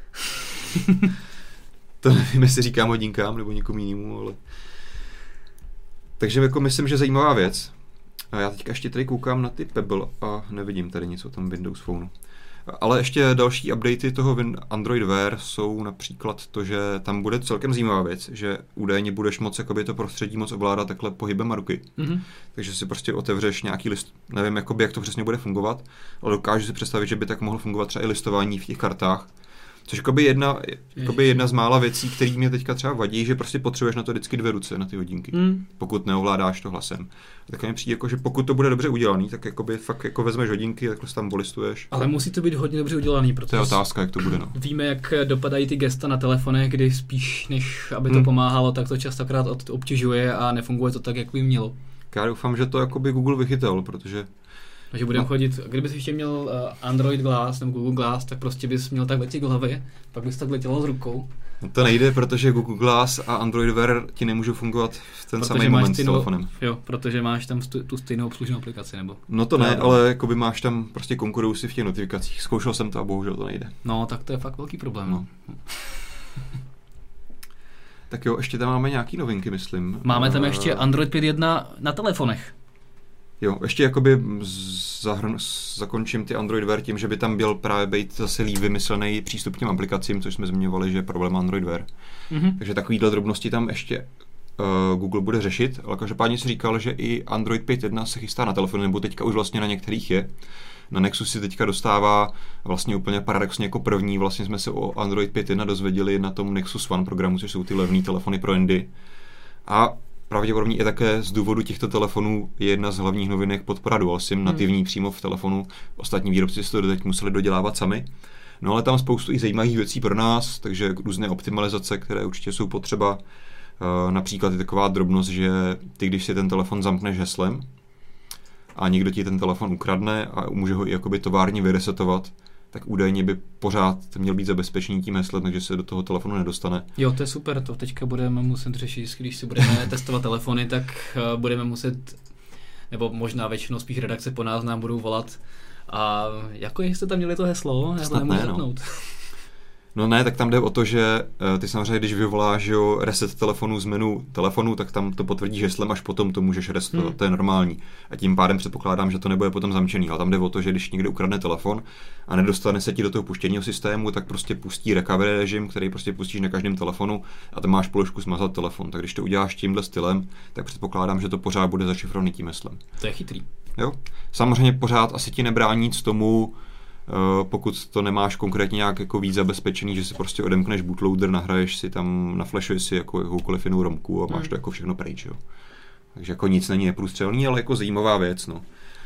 A: To nevím, jestli říkám hodinkám nebo někomu jinému, ale... Takže jako myslím, že zajímavá věc. A já teďka ještě tady koukám na ty Pebble a nevidím tady nic o tom Windows Phoneu. Ale ještě další updaty toho Android Wear jsou například to, že tam bude celkem zajímavá věc, že údajně budeš moc jakoby to prostředí moc ovládat takhle pohybem ruky. Mm-hmm. Takže si prostě otevřeš nějaký list, nevím jakoby, jak to přesně bude fungovat, ale dokážu si představit, že by tak mohlo fungovat třeba i listování v těch kartách. Což jakoby jedna, jakoby jedna z mála věcí, které mě teďka třeba vadí, že prostě potřebuješ na to vždycky dvě ruce, na ty hodinky, mm. pokud neovládáš to hlasem. Tak mi přijde, jako, že pokud to bude dobře udělaný, tak jakoby fakt jako vezmeš hodinky, takhle se tam bolistuješ.
B: Ale musí to být hodně dobře udělaný, protože
A: to je otázka, jak to bude. No.
B: Víme, jak dopadají ty gesta na telefonech, kdy spíš než aby to mm. pomáhalo, tak to častokrát obtěžuje a nefunguje to tak, jak by mělo.
A: Já doufám, že to jakoby Google vychytal, protože
B: Takže budeme
A: no.
B: chodit, kdybys ještě měl Android Glass nebo Google Glass, tak prostě bys měl tak letět k hlavě, pak bys tak letělo s rukou.
A: No to nejde, protože Google Glass a Android Wear ti nemůžou fungovat v ten protože samý moment
B: stejnou,
A: s telefonem.
B: Jo, protože máš tam stu, tu stejnou obslužnou aplikaci, nebo?
A: No to ne, ale jakoby máš tam prostě konkurují v těch notifikacích. Zkoušel jsem to a bohužel to nejde.
B: No, tak to je fakt velký problém. No.
A: Tak jo, ještě tam máme nějaký novinky, myslím.
B: Máme tam ještě Android pět jedna na telefonech.
A: Jo, ještě jakoby zahrn, zakončím ty Android Wear tím, že by tam byl právě být zase líp vymyslený přístup k těm aplikacím, což jsme zmiňovali, že je problém Android Wear. Mm-hmm. Takže takovýhle drobnosti tam ještě uh, Google bude řešit, ale každopádně si říkal, že i Android pět jedna se chystá na telefonu, nebo teďka už vlastně na některých je. Na Nexus si teďka dostává vlastně úplně paradoxně jako první, vlastně jsme se o Android pět jedna dozvěděli na tom Nexus One programu, což jsou ty levný telefony pro Andy. A pravděpodobně i také z důvodu těchto telefonů je jedna z hlavních novinek podpora Dual SIM, nativní hmm. přímo v telefonu. Ostatní výrobci si to teď museli dodělávat sami. No ale tam spoustu i zajímavých věcí pro nás, takže různé optimalizace, které určitě jsou potřeba. Například je taková drobnost, že ty, když si ten telefon zamkneš heslem a někdo ti ten telefon ukradne a může ho i jakoby továrně vyresetovat, tak údajně by pořád měl být zabezpečený tím heslem, takže se do toho telefonu nedostane.
B: Jo, to je super, to teďka budeme muset řešit, když si budeme testovat telefony, tak uh, budeme muset, nebo možná většinou spíš redakce po nás nám budou volat a jako jste tam měli to heslo, já to nemůžu zapnout. No.
A: No ne, tak tam jde o to, že ty samozřejmě, když vyvoláš jo, reset telefonu z menu telefonu, tak tam to potvrdíš heslem, až potom to můžeš resetovat, hmm. to je normální. A tím pádem předpokládám, že to nebude potom zamčený, ale tam jde o to, že když někdo ukradne telefon a nedostane se ti do toho puštěního systému, tak prostě pustí recovery režim, který prostě pustíš na každém telefonu a tam máš položku smazat telefon. Tak když to uděláš tímhle stylem, tak předpokládám, že to pořád bude zašifrovaný tím heslem.
B: To je chytrý.
A: Jo? Samozřejmě pořád asi ti nebrání nic tomu, pokud to nemáš konkrétně nějak jako víc zabezpečený, že si prostě odemkneš bootloader, nahraješ si tam, naflashuješ si jako jakoukoliv jinou romku a máš mm. to jako všechno pryč, jo. Takže jako nic není neprůstřelný, ale jako zajímavá věc, no.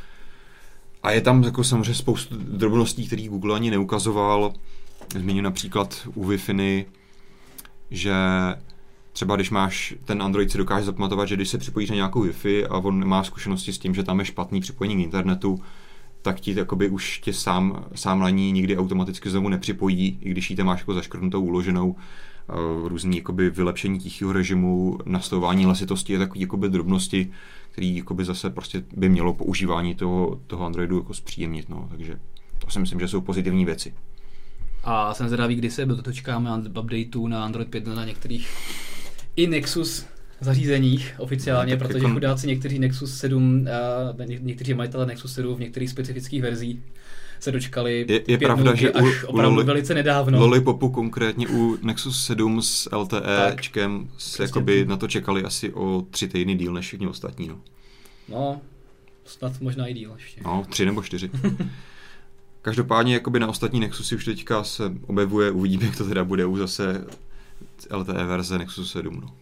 A: A je tam jako samozřejmě spoustu drobností, které Google ani neukazoval. Zmíním například u Wi-Fi, že třeba když máš, ten Android si dokáže zapamatovat, že když se připojíš na nějakou Wi-Fi a on nemá zkušenosti s tím, že tam je špatný připojení k internetu, tak ti jakoby už tě sám, sám na ní nikdy automaticky znovu nepřipojí, i když ji tam máš jako zaškrtnutou, uloženou, uh, různý jakoby vylepšení tichého režimu, nastavování hlasitosti a takové jakoby drobnosti, které jakoby zase prostě by mělo používání toho, toho Androidu jako zpříjemnit, no, takže to si myslím, že jsou pozitivní věci.
B: A jsem zvědavý, kdy se dočkáme updateů na Android pět na některých i Nexus zařízeních oficiálně, no, protože jako chudáci někteří Nexus sedm, a někteří majitelé Nexus sedm v některých specifických verzích se dočkali
A: je, je pravda, že
B: až u, opravdu u Loli, velice nedávno.
A: Lollipopu konkrétně u Nexus sedm s LTEčkem se jakoby na to čekali asi o tři týdny díl než všichni ostatní. No.
B: no, snad možná i díl ještě.
A: No, tři nebo čtyři. Každopádně jakoby na ostatní Nexusy už teďka se objevuje, uvidíme, jak to teda bude u zase L T E verze Nexus sedm. No.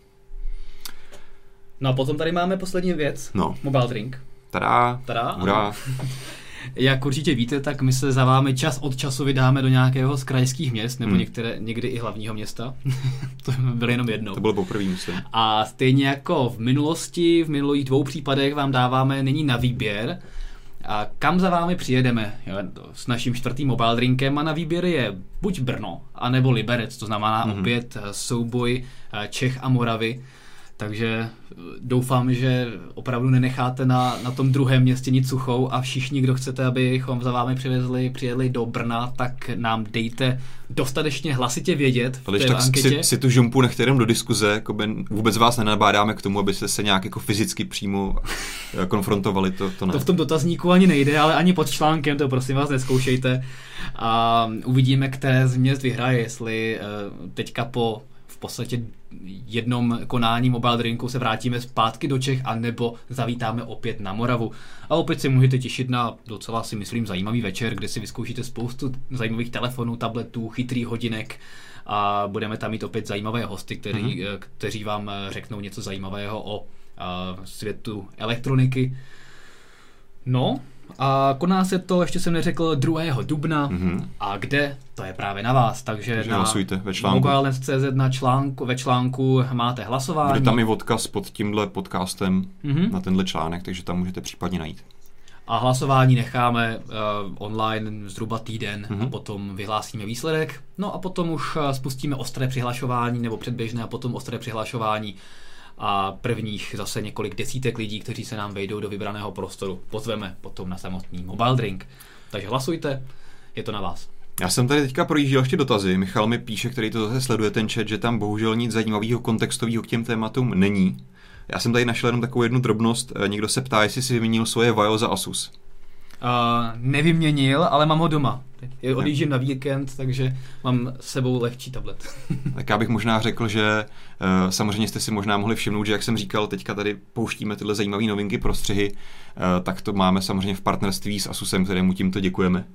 B: No a potom tady máme poslední věc,
A: no.
B: Mobile Drink.
A: Tada,
B: Tada
A: hurá.
B: Jak určitě víte, tak my se za vámi čas od času vydáme do nějakého z krajských měst, nebo hmm. některé, někdy i hlavního města. To bylo jenom jednou.
A: To bylo poprvé, myslím.
B: A stejně jako v minulosti, v minulých dvou případech vám dáváme nyní na výběr, a kam za vámi přijedeme jo, s naším čtvrtým Mobile Drinkem a na výběr je buď Brno, anebo Liberec, to znamená mm-hmm. opět souboj Čech a Moravy. Takže doufám, že opravdu nenecháte na, na tom druhém městě nic suchou a všichni, kdo chcete, abychom za vámi přivezli, přijedli do Brna, tak nám dejte dostatečně hlasitě vědět v té
A: tak
B: anketě.
A: Si, si tu žumpu nechte jenom do diskuze, jako ben, vůbec vás nenabádáme k tomu, abyste se nějak jako fyzicky přímo konfrontovali, to, to ne.
B: To v tom dotazníku ani nejde, ale ani pod článkem, to prosím vás neskoušejte. A uvidíme, které z měst vyhraje, jestli teďka po v podstatě jednom konání Mobile Drinku se vrátíme zpátky do Čech, anebo zavítáme opět na Moravu. A opět si můžete těšit na docela si myslím zajímavý večer, kde si vyzkoušíte spoustu zajímavých telefonů, tabletů, chytrých hodinek a budeme tam mít opět zajímavé hosty, kteří, mm-hmm. kteří vám řeknou něco zajímavého o uh, světu elektroniky. No, a koná se to, ještě jsem neřekl, druhého dubna. Mm-hmm. A kde? To je právě na vás. Takže, takže na
A: ve článku
B: mobilenet tečka cé zet na článku, ve článku máte hlasování.
A: Bude tam i odkaz pod tímhle podcastem mm-hmm. na tenhle článek, takže tam můžete případně najít.
B: A hlasování necháme uh, online zhruba týden
A: mm-hmm.
B: a potom vyhlásíme výsledek. No a potom už uh, spustíme ostré přihlašování nebo předběžné a potom ostré přihlašování a prvních zase několik desítek lidí, kteří se nám vejdou do vybraného prostoru, pozveme potom na samotný Mobile Drink. Takže hlasujte, je to na vás.
A: Já jsem tady teďka projížděl ještě dotazy. Michal mi píše, který to zase sleduje ten chat, že tam bohužel nic zajímavého kontextového k těm tématům není. Já jsem tady našel jenom takovou jednu drobnost. Někdo se ptá, jestli si vyměnil svoje Vaio za Asus.
B: Uh, nevyměnil, ale mám ho doma. Odjíždím na víkend, takže mám s sebou lehčí tablet.
A: Tak já bych možná řekl, že uh, samozřejmě jste si možná mohli všimnout, že jak jsem říkal, teďka tady pouštíme tyhle zajímavé novinky, prostřihy, uh, tak to máme samozřejmě v partnerství s Asusem, kterému tímto děkujeme.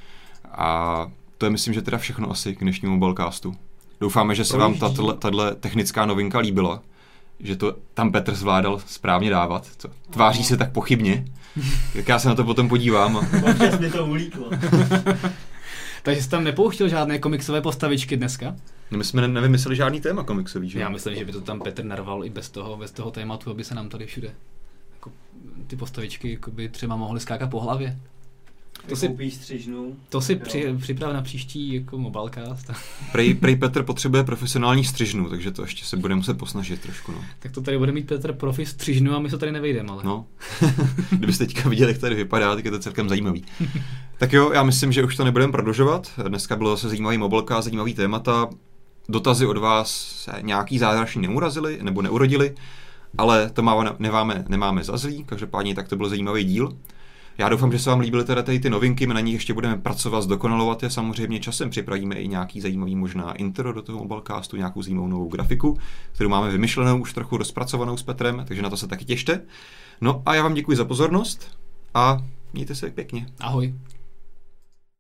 A: A to je myslím, že teda všechno asi k dnešnímu Mobilecastu. Doufáme, že se vám tato technická novinka líbila, že to tam Petr zvládal správně dávat. Co? Tváří se tak pochybně. Tak já se na to potom podívám.
C: Občas mi to ulíklo.
B: Takže jsi tam nepouštěl žádné komiksové postavičky dneska?
A: No my jsme nevymysleli žádný téma komiksový, že?
B: Já myslím, že by to tam Petr narval i bez toho, bez toho tématu, aby se nám tady všude jako, ty postavičky jako by třeba mohly skákat po hlavě.
C: To si koupíš střižnu.
B: To si při, připrav na příští jako Mobilecast.
A: Prej, prej Petr potřebuje profesionální střižnu, takže to ještě se bude muset posnažit trošku. No.
B: Tak to tady bude mít Petr profi střižnu a my se tady nevejdeme, ale.
A: No, kdybyste teďka viděli, jak tady vypadá, tak je to celkem zajímavý. Tak jo, já myslím, že už to nebudeme prodlužovat. Dneska bylo zase zajímavý Mobilecast, zajímavý témata. Dotazy od vás se nějaký zázračný neurazili nebo neurodili, ale to máme, nemáme, nemáme za zlý, každopádně tak to byl zajímavý díl. Já doufám, že se vám líbily teda tady ty novinky, my na nich ještě budeme pracovat, zdokonalovat je samozřejmě časem, připravíme i nějaký zajímavý možná intro do toho Mobilecastu, nějakou zajímavou novou grafiku, kterou máme vymyšlenou, už trochu rozpracovanou s Petrem, takže na to se taky těšte. No a já vám děkuji za pozornost a mějte se pěkně.
B: Ahoj.